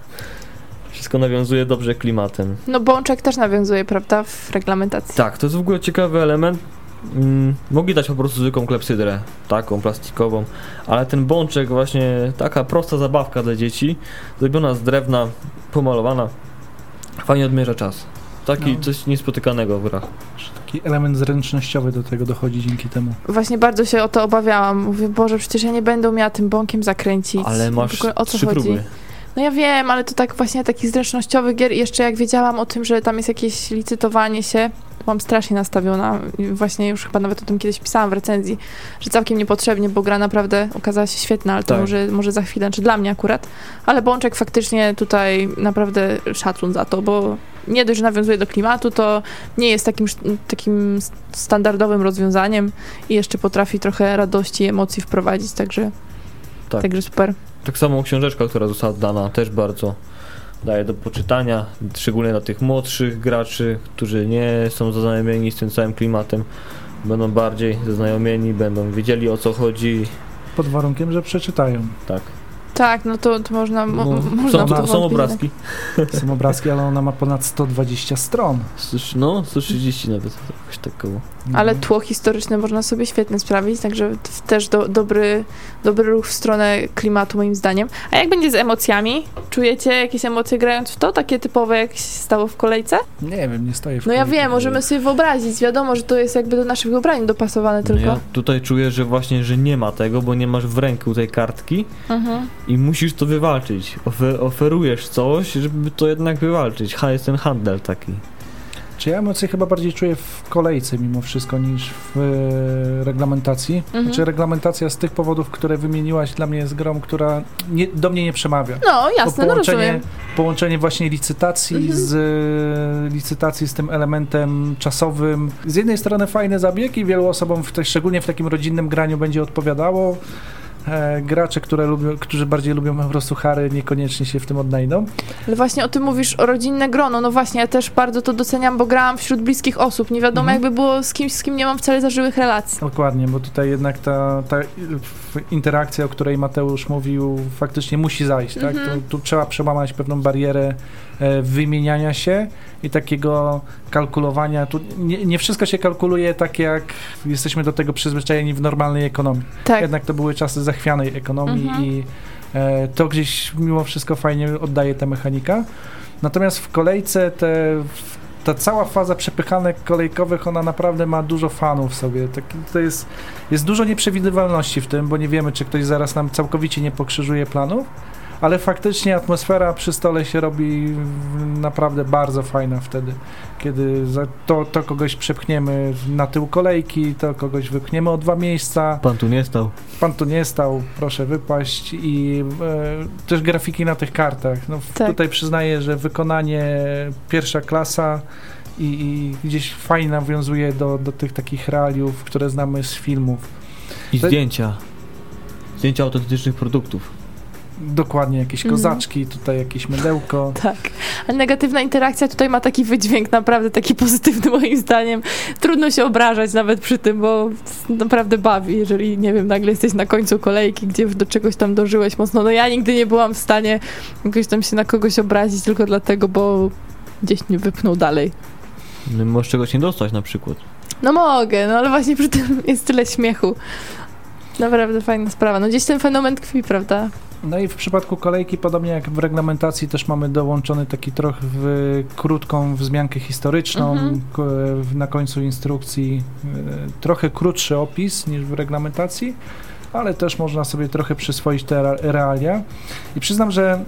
Wszystko nawiązuje dobrze klimatem. No bączek też nawiązuje, prawda, w reglamentacji. Tak, to jest w ogóle ciekawy element. Mm, mogli dać po prostu zwykłą klepsydrę, taką plastikową, ale ten bączek właśnie, taka prosta zabawka dla dzieci, zrobiona z drewna, pomalowana, fajnie odmierza czas. Taki No. coś niespotykanego w grach. Taki element zręcznościowy do tego dochodzi dzięki temu. Właśnie bardzo się o to obawiałam. Mówię, Boże, przecież ja nie będę umiała tym bąkiem zakręcić. Ale masz W ogóle o co trzy chodzi? próby. No ja wiem, ale to tak właśnie takich zręcznościowych gier, jeszcze jak wiedziałam o tym, że tam jest jakieś licytowanie się, byłam strasznie nastawiona i właśnie już chyba nawet o tym kiedyś pisałam w recenzji, że całkiem niepotrzebnie, bo gra naprawdę okazała się świetna, ale to Tak. może, może za chwilę, czy dla mnie akurat, ale bączek faktycznie tutaj naprawdę szacun za to, bo nie dość, że nawiązuje do klimatu, to nie jest takim, takim standardowym rozwiązaniem i jeszcze potrafi trochę radości i emocji wprowadzić, także, Tak. także super. Tak samo książeczka, która została dana, też bardzo daje do poczytania, szczególnie dla tych młodszych graczy, którzy nie są zaznajomieni z tym całym klimatem, będą bardziej zaznajomieni, będą wiedzieli, o co chodzi. Pod warunkiem, że przeczytają. Tak. Tak, no to, to można, mo, No, można są, to są wątpliwie. obrazki. Są obrazki, ale ona ma ponad sto dwadzieścia stron. No, sto trzydzieści nawet, jakoś tak koło. Ale Mhm. tło historyczne można sobie świetnie sprawić, także t- też do, dobry, dobry ruch w stronę klimatu moim zdaniem. A jak będzie z emocjami? Czujecie jakieś emocje grając w to? Takie typowe, jak się stało w kolejce? Nie wiem, nie stoję w No ja kolejce. wiem, możemy sobie wyobrazić. Wiadomo, że to jest jakby do naszych wyobraźni dopasowane No tylko. ja tutaj czuję, że właśnie, że nie ma tego, bo nie masz w ręku tej kartki Mhm. i musisz to wywalczyć. Ofe- oferujesz coś, żeby to jednak wywalczyć. Ha, jest ten handel taki. Czy ja emocje chyba bardziej czuję w kolejce mimo wszystko niż w e, reglamentacji. Mhm. Znaczy reglamentacja z tych powodów, które wymieniłaś, dla mnie jest grą, która nie, do mnie nie przemawia. No Bo jasne, no połączenie, rozumiem. połączenie właśnie licytacji Mhm. z e, licytacji z tym elementem czasowym. Z jednej strony fajny zabieg i wielu osobom, w te, szczególnie w takim rodzinnym graniu, będzie odpowiadało. E, gracze, które lubią, którzy bardziej lubią po prostu Hary, niekoniecznie się w tym odnajdą. Ale właśnie o tym mówisz, o rodzinne grono. No właśnie, ja też bardzo to doceniam, bo grałam wśród bliskich osób. Nie wiadomo, Mhm. jakby było z kimś, z kim nie mam wcale zażyłych relacji. Dokładnie, bo tutaj jednak ta, ta interakcja, o której Mateusz mówił, faktycznie musi zajść, tak? Mhm. Tu, tu trzeba przełamać pewną barierę e, wymieniania się i takiego kalkulowania. Tu nie, nie wszystko się kalkuluje tak, jak jesteśmy do tego przyzwyczajeni w normalnej ekonomii. Tak. Jednak to były czasy zachwianej ekonomii Mhm. i e, to gdzieś mimo wszystko fajnie oddaje ta mechanika. Natomiast w kolejce te, ta cała faza przepychanek kolejkowych, ona naprawdę ma dużo fanów w sobie. Tak, to jest, jest dużo nieprzewidywalności w tym, bo nie wiemy, czy ktoś zaraz nam całkowicie nie pokrzyżuje planów, ale faktycznie atmosfera przy stole się robi naprawdę bardzo fajna wtedy, kiedy za to, to kogoś przepchniemy na tył kolejki, to kogoś wypchniemy o dwa miejsca, Pan tu nie stał. pan tu nie stał, proszę wypaść i e, też grafiki na tych kartach. No, w- Tak. Tutaj przyznaję, że wykonanie pierwsza klasa i, i gdzieś fajnie nawiązuje do, do tych takich realiów, które znamy z filmów. I To- zdjęcia. Zdjęcia autentycznych produktów. Dokładnie, jakieś Mhm. kozaczki, tutaj jakieś mydełko. Tak, ale negatywna interakcja tutaj ma taki wydźwięk naprawdę taki pozytywny moim zdaniem. Trudno się obrażać nawet przy tym, bo naprawdę bawi, jeżeli, nie wiem, nagle jesteś na końcu kolejki, gdzie do czegoś tam dożyłeś mocno. No ja nigdy nie byłam w stanie jakoś tam się na kogoś obrazić tylko dlatego, bo gdzieś mnie wypnął dalej. No, możesz czegoś nie dostać na przykład. No mogę, no ale właśnie przy tym jest tyle śmiechu. Naprawdę fajna sprawa. No gdzieś ten fenomen tkwi, prawda? No i w przypadku kolejki, podobnie jak w reglamentacji, też mamy dołączony taki trochę w krótką wzmiankę historyczną, Mhm. k- w- na końcu instrukcji e, trochę krótszy opis niż w reglamentacji, ale też można sobie trochę przyswoić te re- realia. I przyznam, że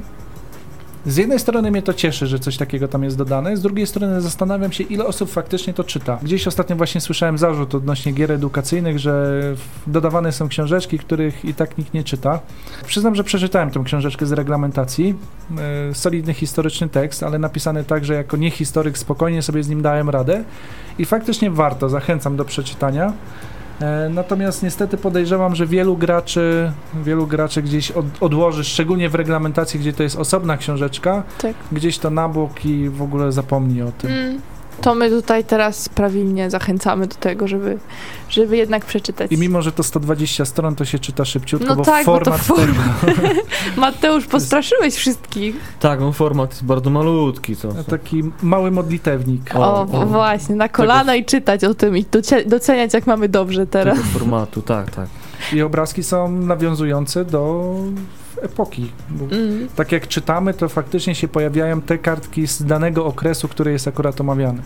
z jednej strony mnie to cieszy, że coś takiego tam jest dodane, z drugiej strony zastanawiam się, ile osób faktycznie to czyta. Gdzieś ostatnio właśnie słyszałem zarzut odnośnie gier edukacyjnych, że w- dodawane są książeczki, których i tak nikt nie czyta. Przyznam, że przeczytałem tę książeczkę z reglamentacji, e, solidny historyczny tekst, ale napisany tak, że jako niehistoryk spokojnie sobie z nim dałem radę i faktycznie warto, zachęcam do przeczytania. E, Natomiast niestety podejrzewam, że wielu graczy, wielu graczy gdzieś od, odłoży, szczególnie w reglamentacji, gdzie to jest osobna książeczka, Tak. gdzieś to na bok i w ogóle zapomni o tym. Mm. to my tutaj teraz prawilnie zachęcamy do tego, żeby, żeby jednak przeczytać. I mimo, że to sto dwadzieścia stron, to się czyta szybciutko, no bo tak, format bo to tego... Mateusz, postraszyłeś wszystkich. Tak, no format jest bardzo malutki. Co, co. Taki mały modlitewnik. O, O, o o. właśnie, na kolana i czytać o tym i docie- doceniać, jak mamy dobrze teraz. Tego formatu, tak, tak. I obrazki są nawiązujące do epoki. Bo Mm. tak jak czytamy, to faktycznie się pojawiają te kartki z danego okresu, który jest akurat omawiany.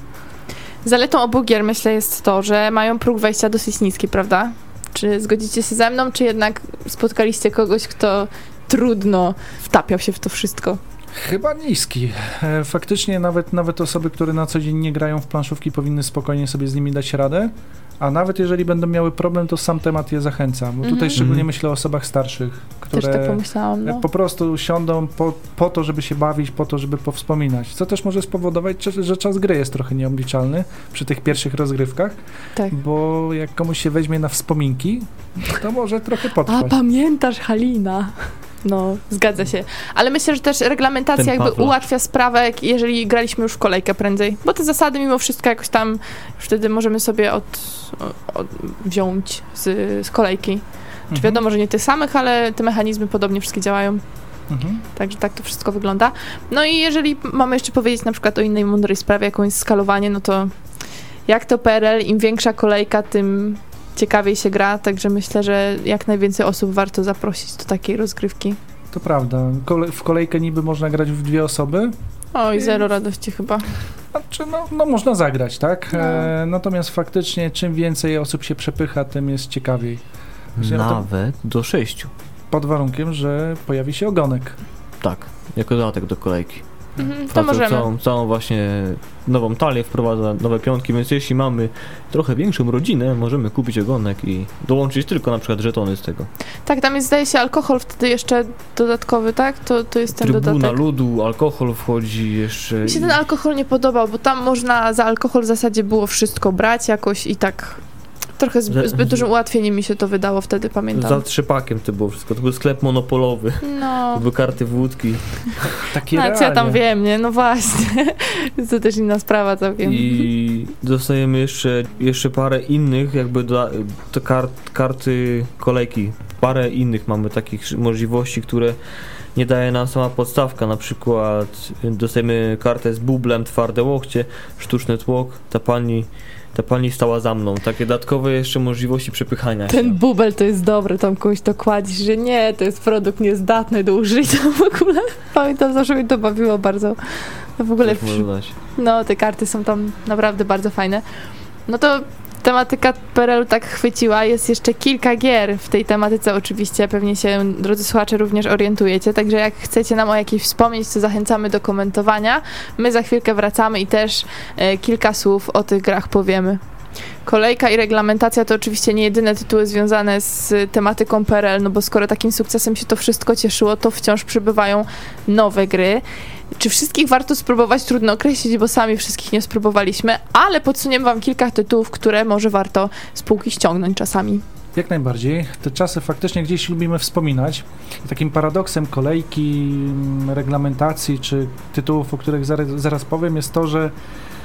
Zaletą obu gier, myślę, jest to, że mają próg wejścia dosyć niski, prawda? Czy zgodzicie się ze mną, czy jednak spotkaliście kogoś, kto trudno wtapiał się w to wszystko? Chyba niski. E, Faktycznie nawet, nawet osoby, które na co dzień nie grają w planszówki, powinny spokojnie sobie z nimi dać radę, a nawet jeżeli będą miały problem, to sam temat je zachęca, bo tutaj Mhm. szczególnie Mhm. myślę o osobach starszych, Też tak które pomyślałam, no. po prostu siądą po, po to, żeby się bawić, po to, żeby powspominać, co też może spowodować, że, że czas gry jest trochę nieobliczalny przy tych pierwszych rozgrywkach, Tak. bo jak komuś się weźmie na wspominki, to może trochę A potrwać. pamiętasz, Halina? No, zgadza się. Ale myślę, że też reglamentacja Ten jakby Pawła. ułatwia sprawę, jak- jeżeli graliśmy już w kolejkę prędzej. Bo te zasady mimo wszystko jakoś tam już wtedy możemy sobie od, od, wziąć z, z kolejki. Czy Mhm. wiadomo, że nie tych samych, ale te mechanizmy podobnie wszystkie działają. Mhm. Także tak to wszystko wygląda. No i jeżeli mamy jeszcze powiedzieć na przykład o innej mądrej sprawie, jaką jest skalowanie, no to jak to P R L, im większa kolejka, tym ciekawiej się gra, także myślę, że jak najwięcej osób warto zaprosić do takiej rozgrywki. To prawda. Kole- w kolejkę niby można grać w dwie osoby. Oj, zero radości chyba. Znaczy, no, no można zagrać, tak? No. E, natomiast faktycznie czym więcej osób się przepycha, tym jest ciekawiej. Właśnie o to- Nawet do sześciu. Pod warunkiem, że pojawi się ogonek. Tak, jako dodatek do kolejki. Mhm, to Wprowadza możemy. Całą, całą właśnie nową talię, wprowadza nowe piątki, więc jeśli mamy trochę większą rodzinę, możemy kupić ogonek i dołączyć tylko na przykład żetony z tego. Tak, tam jest zdaje się alkohol wtedy jeszcze dodatkowy, tak? To, to jest ten Trybuna dodatek. ludu, alkohol wchodzi jeszcze. Mi się i- ten alkohol nie podobał, bo tam można za alkohol w zasadzie było wszystko brać jakoś i tak trochę zbyt, Za- zbyt dużym ułatwieniem mi się to wydało wtedy, pamiętam. Za trzypakiem to było wszystko. To był sklep monopolowy. No, To były karty wódki. Takie no co ja tam realia. wiem, nie? No właśnie. To też inna sprawa całkiem. I dostajemy jeszcze, jeszcze parę innych, jakby do, to kart, karty kolejki. Parę innych mamy takich możliwości, które nie daje nam sama podstawka. Na przykład dostajemy kartę z bublem, twarde łokcie, sztuczny tłok. Ta pani, ta pani stała za mną. Takie dodatkowe jeszcze możliwości przepychania się. Ten bubel to jest dobry, tam komuś to kładzisz, że nie, to jest produkt niezdatny do użycia w ogóle. Pamiętam, zawsze mnie to bawiło bardzo. No w ogóle, Coś może dać. no te karty są tam naprawdę bardzo fajne. No to tematyka P R L-u tak chwyciła, jest jeszcze kilka gier w tej tematyce oczywiście, pewnie się, drodzy słuchacze, również orientujecie, także jak chcecie nam o jakiejś wspomnieć, to zachęcamy do komentowania. My za chwilkę wracamy i też e, kilka słów o tych grach powiemy. Kolejka i reglamentacja to oczywiście nie jedyne tytuły związane z tematyką P R L, no bo skoro takim sukcesem się to wszystko cieszyło, to wciąż przybywają nowe gry. Czy wszystkich warto spróbować? Trudno określić, bo sami wszystkich nie spróbowaliśmy, ale podsuniemy wam kilka tytułów, które może warto z półki ściągnąć czasami. Jak najbardziej. Te czasy faktycznie gdzieś lubimy wspominać. I takim paradoksem kolejki, mm, reglamentacji czy tytułów, o których zaraz, zaraz powiem, jest to, że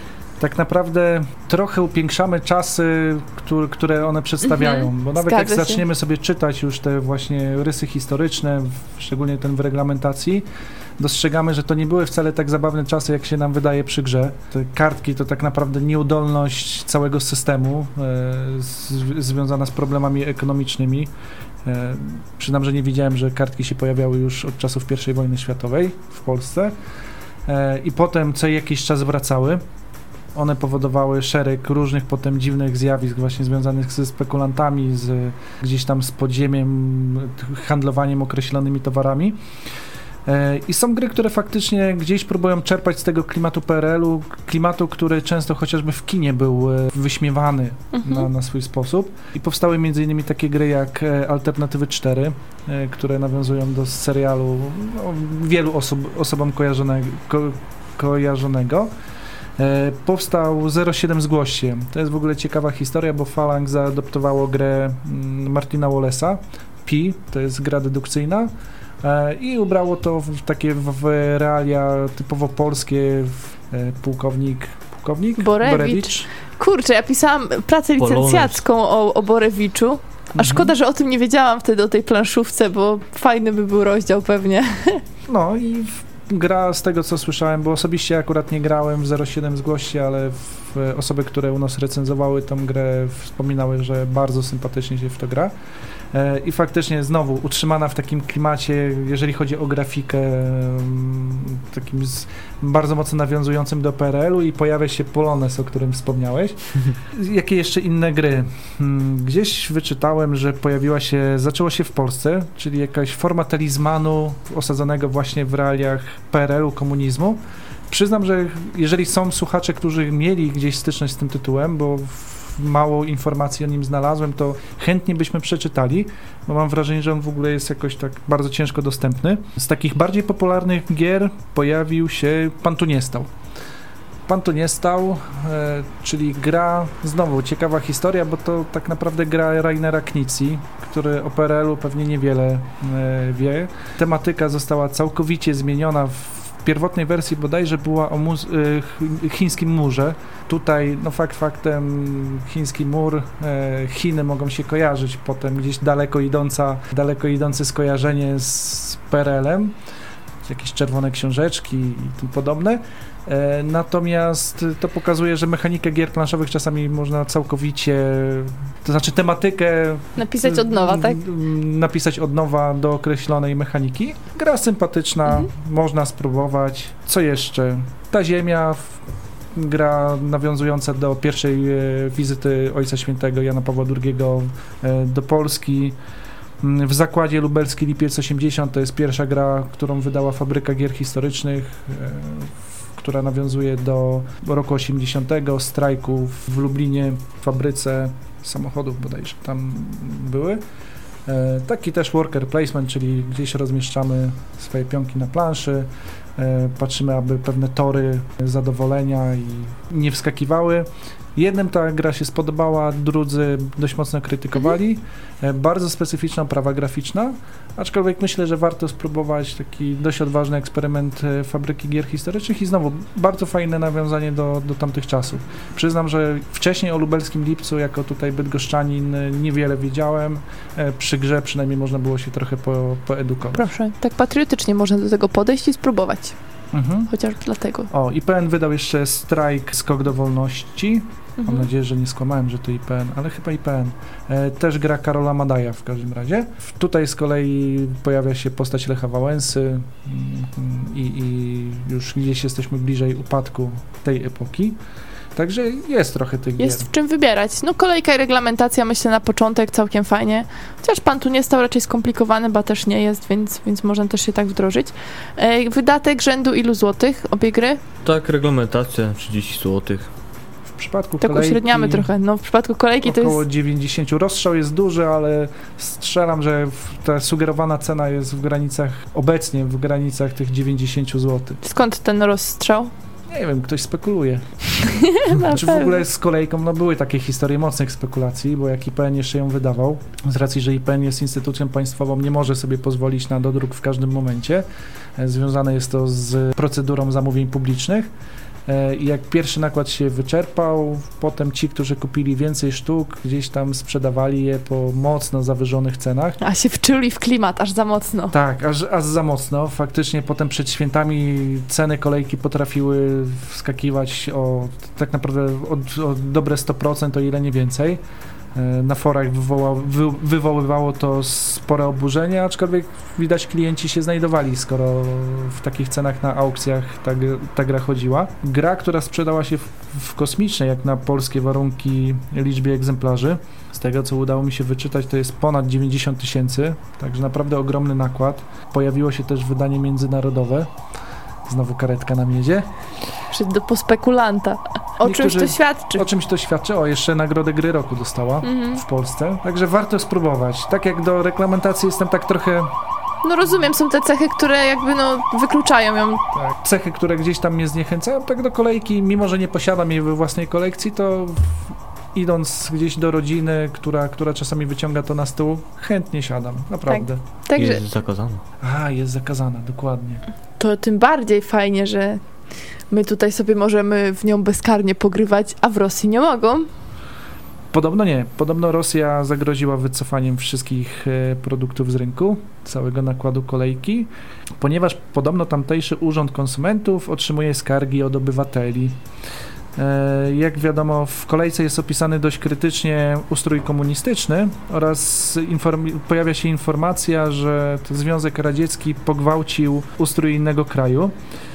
tak naprawdę trochę upiększamy czasy, które, które one przedstawiają, Mhm, bo nawet zgadza jak się. zaczniemy sobie czytać już te właśnie rysy historyczne, w- szczególnie ten w reglamentacji, dostrzegamy, że to nie były wcale tak zabawne czasy, jak się nam wydaje przy grze. Te kartki to tak naprawdę nieudolność całego systemu e, z, związana z problemami ekonomicznymi. E, przynam, że nie widziałem, że kartki się pojawiały już od czasów pierwszej wojny światowej w Polsce e, i potem co jakiś czas wracały. One powodowały szereg różnych potem dziwnych zjawisk właśnie związanych ze spekulantami, z gdzieś tam z podziemiem, handlowaniem określonymi towarami. E, I są gry, które faktycznie gdzieś próbują czerpać z tego klimatu P R L-u, klimatu, który często chociażby w kinie był e, wyśmiewany Mhm. na, na swój sposób. I powstały między innymi takie gry jak e, Alternatywy cztery, e, które nawiązują do serialu no, wielu osób, osobom kojarzonego. Ko, kojarzonego. E, powstał zero siedem Zgłoś się. To jest w ogóle ciekawa historia, bo Phalanx zaadoptowało grę mm, Martina Wallace'a. Pi, to jest gra dedukcyjna. E, I ubrało to w takie w, w realia typowo polskie. W, e, pułkownik, pułkownik? Borewicz. Borewicz. Kurczę, ja pisałam pracę licencjacką o, o Borewiczu, a Mhm. szkoda, że o tym nie wiedziałam wtedy, o tej planszówce, bo fajny by był rozdział pewnie. No i w- gra z tego, co słyszałem, bo osobiście akurat nie grałem w zero siedem zgłoście, ale w, osoby, które u nas recenzowały tą grę, wspominały, że bardzo sympatycznie się w to gra. E, I faktycznie znowu utrzymana w takim klimacie, jeżeli chodzi o grafikę, mm, takim z, bardzo mocno nawiązującym do P R L u i pojawia się Polones, o którym wspomniałeś. Jakie jeszcze inne gry? Hmm, Gdzieś wyczytałem, że pojawiła się, zaczęło się w Polsce, czyli jakaś forma talizmanu osadzonego właśnie w realiach P R L u, komunizmu. Przyznam, że jeżeli są słuchacze, którzy mieli gdzieś styczność z tym tytułem, bo w- mało informacji o nim znalazłem, to chętnie byśmy przeczytali, bo mam wrażenie, że on w ogóle jest jakoś tak bardzo ciężko dostępny. Z takich bardziej popularnych gier pojawił się Pan tu nie stał. Pan tu nie stał, e, czyli gra, znowu ciekawa historia, bo to tak naprawdę gra Rainera Knizzi, który o P R L u pewnie niewiele e, wie. Tematyka została całkowicie zmieniona. W pierwotnej wersji bodajże była o muz- e, ch- chińskim murze. Tutaj, no fakt faktem, chiński mur, e, Chiny mogą się kojarzyć, potem gdzieś daleko idąca, daleko idące skojarzenie z P R L em, jakieś czerwone książeczki i tym podobne. E, natomiast to pokazuje, że mechanikę gier planszowych czasami można całkowicie, to znaczy tematykę Napisać od nowa, tak? m, napisać od nowa do określonej mechaniki. Gra sympatyczna, Mhm. można spróbować. Co jeszcze? Ta ziemia, w- gra nawiązująca do pierwszej e, wizyty Ojca Świętego Jana Pawła drugiego e, do Polski. Mm, W zakładzie lubelski Lipiec osiemdziesiąt to jest pierwsza gra, którą wydała Fabryka Gier Historycznych, e, która nawiązuje do roku osiemdziesiątego, strajku w Lublinie, w fabryce samochodów bodajże tam były. E, Taki też worker placement, czyli gdzieś rozmieszczamy swoje pionki na planszy, e, patrzymy, aby pewne tory zadowolenia i nie wskakiwały. Jednym ta gra się spodobała, drudzy dość mocno krytykowali. E, Bardzo specyficzna oprawa graficzna, aczkolwiek myślę, że warto spróbować taki dość odważny eksperyment e, Fabryki Gier Historycznych i znowu bardzo fajne nawiązanie do, do tamtych czasów. Przyznam, że wcześniej o lubelskim Lipcu, jako tutaj bydgoszczanin, e, niewiele wiedziałem. E, Przy grze przynajmniej można było się trochę po, poedukować. Proszę, tak patriotycznie można do tego podejść i spróbować. Mhm. Chociaż dlatego. O, I P N wydał jeszcze Strajk, Skok do wolności. Mam Mhm. nadzieję, że nie skłamałem, że to I P N, ale chyba I P N. E, też gra Karola Madaja w każdym razie. W- Tutaj z kolei pojawia się postać Lecha Wałęsy mm, i, i już gdzieś jesteśmy bliżej upadku tej epoki. Także jest trochę tych Jest gier. w czym wybierać. No kolejka i reglamentacja, myślę, na początek całkiem fajnie. Chociaż Pan tu nie stał raczej skomplikowany, ba też nie jest, więc, więc można też się tak wdrożyć. E, wydatek rzędu ilu złotych? Obie gry? Tak, reglamentacja trzydzieści złotych. W przypadku Tak kolejki uśredniamy trochę. No w przypadku kolejki to około jest... dziewięćdziesiąt. Rozstrzał jest duży, ale strzelam, że w- ta sugerowana cena jest w granicach, obecnie w granicach tych dziewięćdziesiąt złotych. Skąd ten rozstrzał? Nie wiem, ktoś spekuluje. Na Czy w pewno. ogóle z kolejką, no były takie historie mocnych spekulacji, bo jak I P N jeszcze ją wydawał, z racji, że I P N jest instytucją państwową, nie może sobie pozwolić na dodruk w każdym momencie. E, Związane jest to z procedurą zamówień publicznych. E, I jak pierwszy nakład się wyczerpał, potem ci, którzy kupili więcej sztuk, gdzieś tam sprzedawali je po mocno zawyżonych cenach. A się wczuli w klimat aż za mocno. Tak, aż, aż za mocno. Faktycznie potem przed świętami ceny kolejki potrafiły wskakiwać o tak naprawdę o, o dobre sto procent, o ile nie więcej. E, Na forach wywoła, wy, wywoływało to spore oburzenie, aczkolwiek widać klienci się znajdowali, skoro w takich cenach na aukcjach ta, gr- ta gra chodziła. Gra, która sprzedała się w, w kosmicznej, jak na polskie warunki, liczbie egzemplarzy. Z tego, co udało mi się wyczytać, to jest ponad dziewięćdziesiąt tysięcy, także naprawdę ogromny nakład. Pojawiło się też wydanie międzynarodowe. Znowu karetka na miedzie. Przed do po spekulanta. O czymś Niektórzy- to świadczy. O czymś to świadczy. O, jeszcze nagrodę gry roku dostała Mhm. w Polsce. Także warto spróbować. Tak jak do reglamentacji jestem tak trochę... No rozumiem, są te cechy, które jakby no wykluczają ją. Tak, cechy, które gdzieś tam mnie zniechęcają, tak do kolejki, mimo że nie posiadam jej we własnej kolekcji, to w- idąc gdzieś do rodziny, która, która czasami wyciąga to na stół, chętnie siadam. Naprawdę. Także Jest zakazane. A, jest zakazana, dokładnie. to tym bardziej fajnie, że my tutaj sobie możemy w nią bezkarnie pogrywać, a w Rosji nie mogą. Podobno nie. Podobno Rosja zagroziła wycofaniem wszystkich e, produktów z rynku, całego nakładu kolejki, ponieważ podobno tamtejszy Urząd Konsumentów otrzymuje skargi od obywateli. E, jak wiadomo, w kolejce jest opisany dość krytycznie ustrój komunistyczny oraz inform- pojawia się informacja, że to Związek Radziecki pogwałcił ustrój innego kraju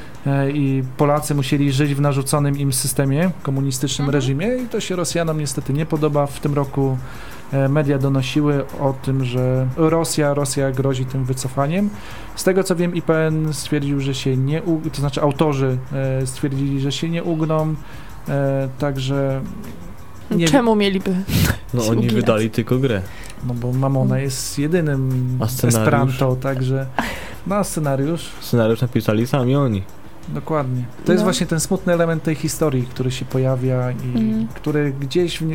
i Polacy musieli żyć w narzuconym im systemie, komunistycznym mhm. reżimie i to się Rosjanom niestety nie podoba. W tym roku media donosiły o tym, że Rosja, Rosja grozi tym wycofaniem. Z tego co wiem, I P N stwierdził, że się nie ugną, to znaczy autorzy stwierdzili, że się nie ugną, także... Nie Czemu mieliby No oni uginać? Wydali tylko grę. No bo Mamona jest jedynym Esperanto, także... No scenariusz. Scenariusz napisali sami oni. Dokładnie. To no. jest właśnie ten smutny element tej historii, który się pojawia i mm. który gdzieś w,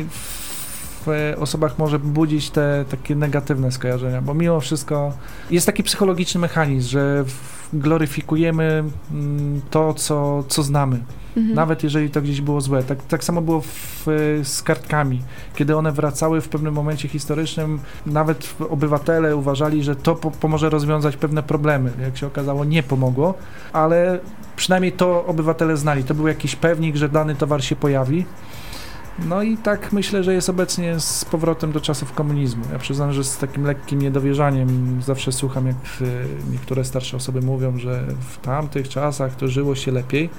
w osobach może budzić te takie negatywne skojarzenia, bo mimo wszystko jest taki psychologiczny mechanizm, że gloryfikujemy to, co, co znamy. Mhm. Nawet jeżeli to gdzieś było złe. Tak, tak samo było w, z kartkami. Kiedy one wracały w pewnym momencie historycznym, nawet obywatele uważali, że to po, pomoże rozwiązać pewne problemy. Jak się okazało, nie pomogło, ale przynajmniej to obywatele znali. To był jakiś pewnik, że dany towar się pojawi. No i tak myślę, że jest obecnie z powrotem do czasów komunizmu. Ja przyznam, że z takim lekkim niedowierzaniem zawsze słucham, jak niektóre starsze osoby mówią, że w tamtych czasach to żyło się lepiej.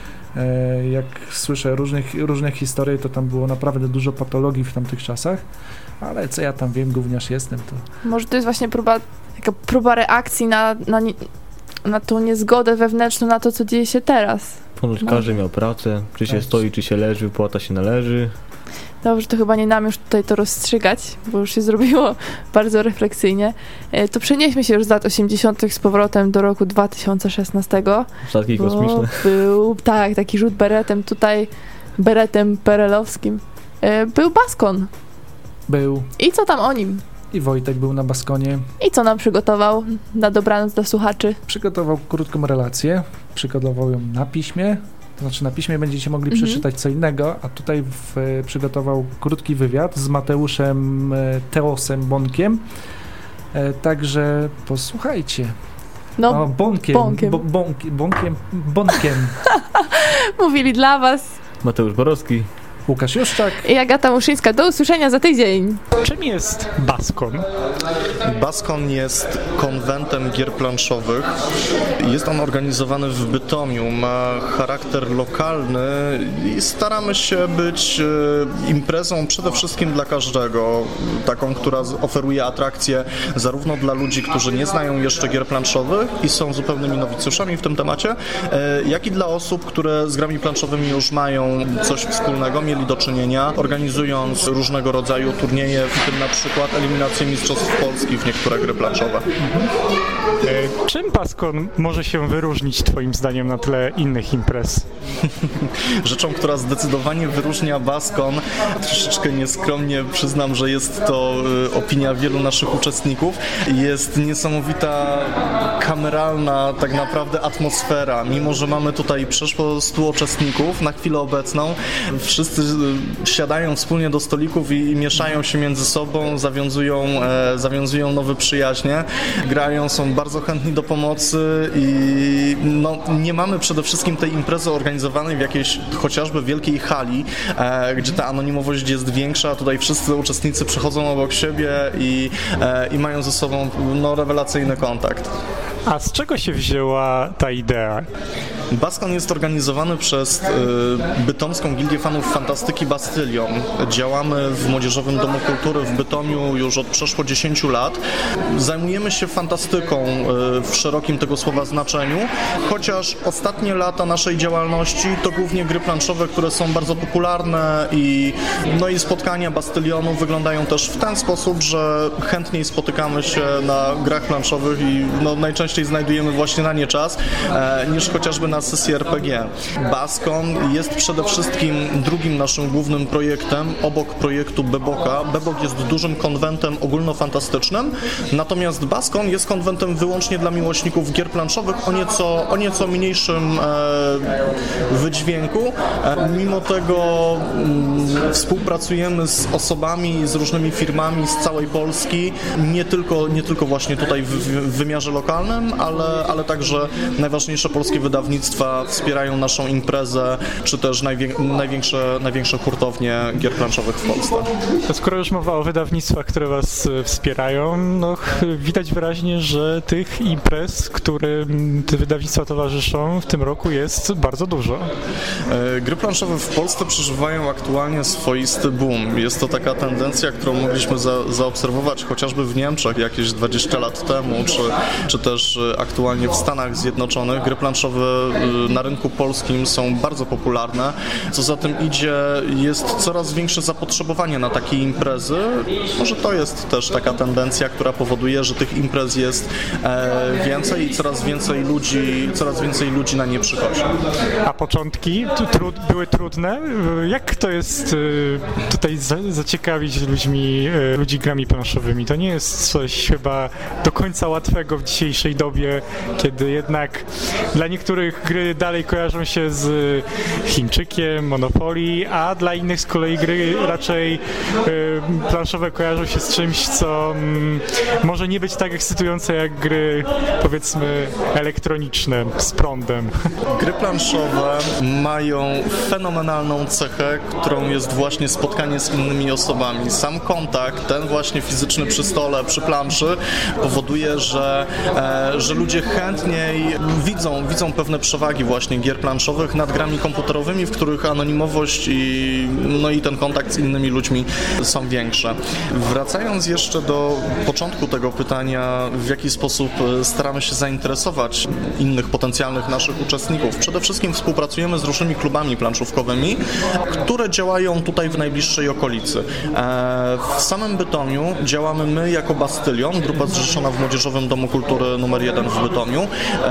Jak słyszę różnych, różne historie, to tam było naprawdę dużo patologii w tamtych czasach, ale co ja tam wiem, gówniarz jestem, to... Może to jest właśnie próba, taka próba reakcji na, na, nie, na tą niezgodę wewnętrzną, na to, co dzieje się teraz. Ponoć każdy miał pracę, czy się tak. stoi, czy się leży, wypłata się należy. Dobrze, to chyba nie nam już tutaj to rozstrzygać, bo już się zrobiło bardzo refleksyjnie. To przenieśmy się już z lat osiemdziesiątych z powrotem do roku dwa tysiące szesnastego. Statki kosmiczne. Był, tak, taki rzut beretem tutaj, beretem perelowskim. Był Baskon. Był. I co tam o nim? I Wojtek był na Baskonie. I co nam przygotował na dobranoc dla słuchaczy? Przygotował krótką relację, przygotował ją na piśmie. To znaczy na piśmie będziecie mogli mhm. przeczytać co innego, a tutaj w, przygotował krótki wywiad z Mateuszem Teosem Bonkiem. E, także posłuchajcie. No, o, Bonkiem. Bonkiem. Bo, bonki, bonkiem. Bonkiem. Mówili dla was Mateusz Borowski, Łukasz Juszczak i Agata Muszyńska. Do usłyszenia za tydzień. Czym jest Baskon? Baskon jest konwentem gier planszowych. Jest on organizowany w Bytomiu, ma charakter lokalny i staramy się być imprezą przede wszystkim dla każdego. Taką, która oferuje atrakcje zarówno dla ludzi, którzy nie znają jeszcze gier planszowych i są zupełnymi nowicjuszami w tym temacie, jak i dla osób, które z grami planszowymi już mają coś wspólnego, mieli do czynienia, organizując różnego rodzaju turnieje, w tym na przykład eliminacje mistrzostw Polski w niektóre gry planszowe. Mhm. E, czym Baskon może się wyróżnić twoim zdaniem na tle innych imprez? Rzeczą, która zdecydowanie wyróżnia Baskon, troszeczkę nieskromnie przyznam, że jest to y, opinia wielu naszych uczestników, jest niesamowita kameralna tak naprawdę atmosfera. Mimo że mamy tutaj przeszło stu uczestników na chwilę obecną, wszyscy siadają wspólnie do stolików i, i mieszają się między sobą, zawiązują, e, zawiązują nowe przyjaźnie, grają, są bardzo chętni do pomocy i no, nie mamy przede wszystkim tej imprezy organizowanej w jakiejś chociażby wielkiej hali, e, gdzie ta anonimowość jest większa, tutaj wszyscy uczestnicy przychodzą obok siebie i, e, i mają ze sobą no, rewelacyjny kontakt. A z czego się wzięła ta idea? Baskon jest organizowany przez y, Bytomską Gildię Fanów Fantastyki Bastylion. Działamy w Młodzieżowym Domu Kultury w Bytomiu już od przeszło dziesięciu lat. Zajmujemy się fantastyką y, w szerokim tego słowa znaczeniu, chociaż ostatnie lata naszej działalności to głównie gry planszowe, które są bardzo popularne i, no i spotkania Bastylionu wyglądają też w ten sposób, że chętniej spotykamy się na grach planszowych i no, najczęściej częściej znajdujemy właśnie na nie czas, e, niż chociażby na sesji R P G. BASCON jest przede wszystkim drugim naszym głównym projektem obok projektu Beboka. Bebok jest dużym konwentem ogólnofantastycznym, natomiast BASCON jest konwentem wyłącznie dla miłośników gier planszowych o nieco, o nieco mniejszym e, wydźwięku. E, mimo tego m, współpracujemy z osobami, z różnymi firmami z całej Polski, nie tylko, nie tylko właśnie tutaj w, w wymiarze lokalnym, ale, ale także najważniejsze polskie wydawnictwa wspierają naszą imprezę, czy też najwię, największe, największe hurtownie gier planszowych w Polsce. To skoro już mowa o wydawnictwach, które was wspierają, no widać wyraźnie, że tych imprez, którym te wydawnictwa towarzyszą w tym roku jest bardzo dużo. Gry planszowe w Polsce przeżywają aktualnie swoisty boom. Jest to taka tendencja, którą mogliśmy za, zaobserwować chociażby w Niemczech jakieś dwadzieścia lat temu, czy, czy też aktualnie w Stanach Zjednoczonych. Gry planszowe na rynku polskim są bardzo popularne. Co za tym idzie, jest coraz większe zapotrzebowanie na takie imprezy. Może to jest też taka tendencja, która powoduje, że tych imprez jest e, więcej i coraz więcej ludzi, coraz więcej ludzi na nie przychodzi. A początki trud, były trudne? Jak to jest tutaj za, zaciekawić ludźmi, ludzi grami planszowymi? To nie jest coś chyba do końca łatwego w dzisiejszej dobie, kiedy jednak dla niektórych gry dalej kojarzą się z Chińczykiem, Monopoly, a dla innych z kolei gry raczej y, planszowe kojarzą się z czymś, co mm, może nie być tak ekscytujące jak gry, powiedzmy, elektroniczne z prądem. Gry planszowe mają fenomenalną cechę, którą jest właśnie spotkanie z innymi osobami. Sam kontakt, ten właśnie fizyczny przy stole, przy planszy powoduje, że, e, że ludzie chętniej widzą, widzą pewne przewagi właśnie gier planszowych nad grami komputerowymi, w których anonimowość i, no i ten kontakt z innymi ludźmi są większe. Wracając jeszcze do początku tego pytania, w jaki sposób staramy się zainteresować innych potencjalnych naszych uczestników. Przede wszystkim współpracujemy z różnymi klubami planszówkowymi, które działają tutaj w najbliższej okolicy. W samym Bytomiu działamy my jako Bastylion, grupa zrzeszona w Młodzieżowym Domu Kultury numer jeden w Bytomiu.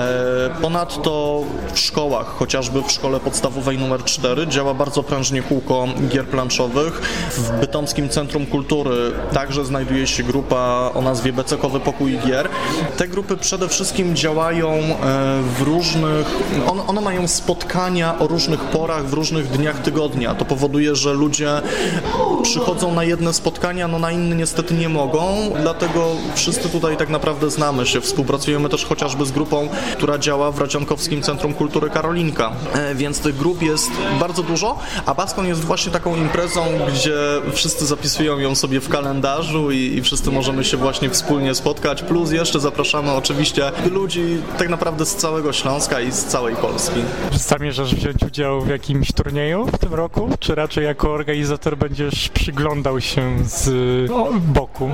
Ponadto w szkołach, chociażby w szkole podstawowej numer cztery, działa bardzo prężnie kółko gier planszowych. W Bytomskim Centrum Kultury także znajduje się grupa o nazwie Becekowy Pokój Gier. Te grupy przede wszystkim działają w różnych... One, one mają spotkania o różnych porach, w różnych dniach tygodnia. To powoduje, że ludzie przychodzą na jedne spotkania, no na inne niestety nie mogą, dlatego wszyscy tutaj tak naprawdę znamy się. Współpracujemy też chociażby z grupą, która działa w Radzionkowskim Centrum Kultury Karolinka, e, więc tych grup jest bardzo dużo, a BASCON jest właśnie taką imprezą, gdzie wszyscy zapisują ją sobie w kalendarzu i, i wszyscy możemy się właśnie wspólnie spotkać, plus jeszcze zapraszamy oczywiście ludzi tak naprawdę z całego Śląska i z całej Polski. Zamierzasz wziąć udział w jakimś turnieju w tym roku, czy raczej jako organizator będziesz przyglądał się z o, boku?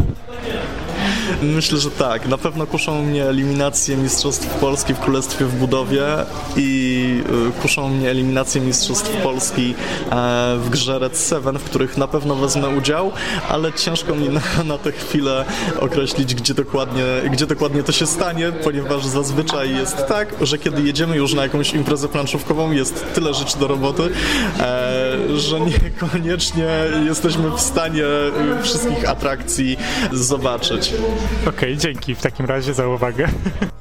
Myślę, że tak. Na pewno kuszą mnie eliminacje Mistrzostw Polski w Królestwie w Budowie i kuszą mnie eliminacje Mistrzostw Polski w grze Red Seven, w których na pewno wezmę udział, ale ciężko mi na, na tę chwilę określić, gdzie dokładnie, gdzie dokładnie to się stanie, ponieważ zazwyczaj jest tak, że kiedy jedziemy już na jakąś imprezę planszówkową, jest tyle rzeczy do roboty, że niekoniecznie jesteśmy w stanie wszystkich atrakcji zobaczyć. Okej, okay, dzięki w takim razie za uwagę.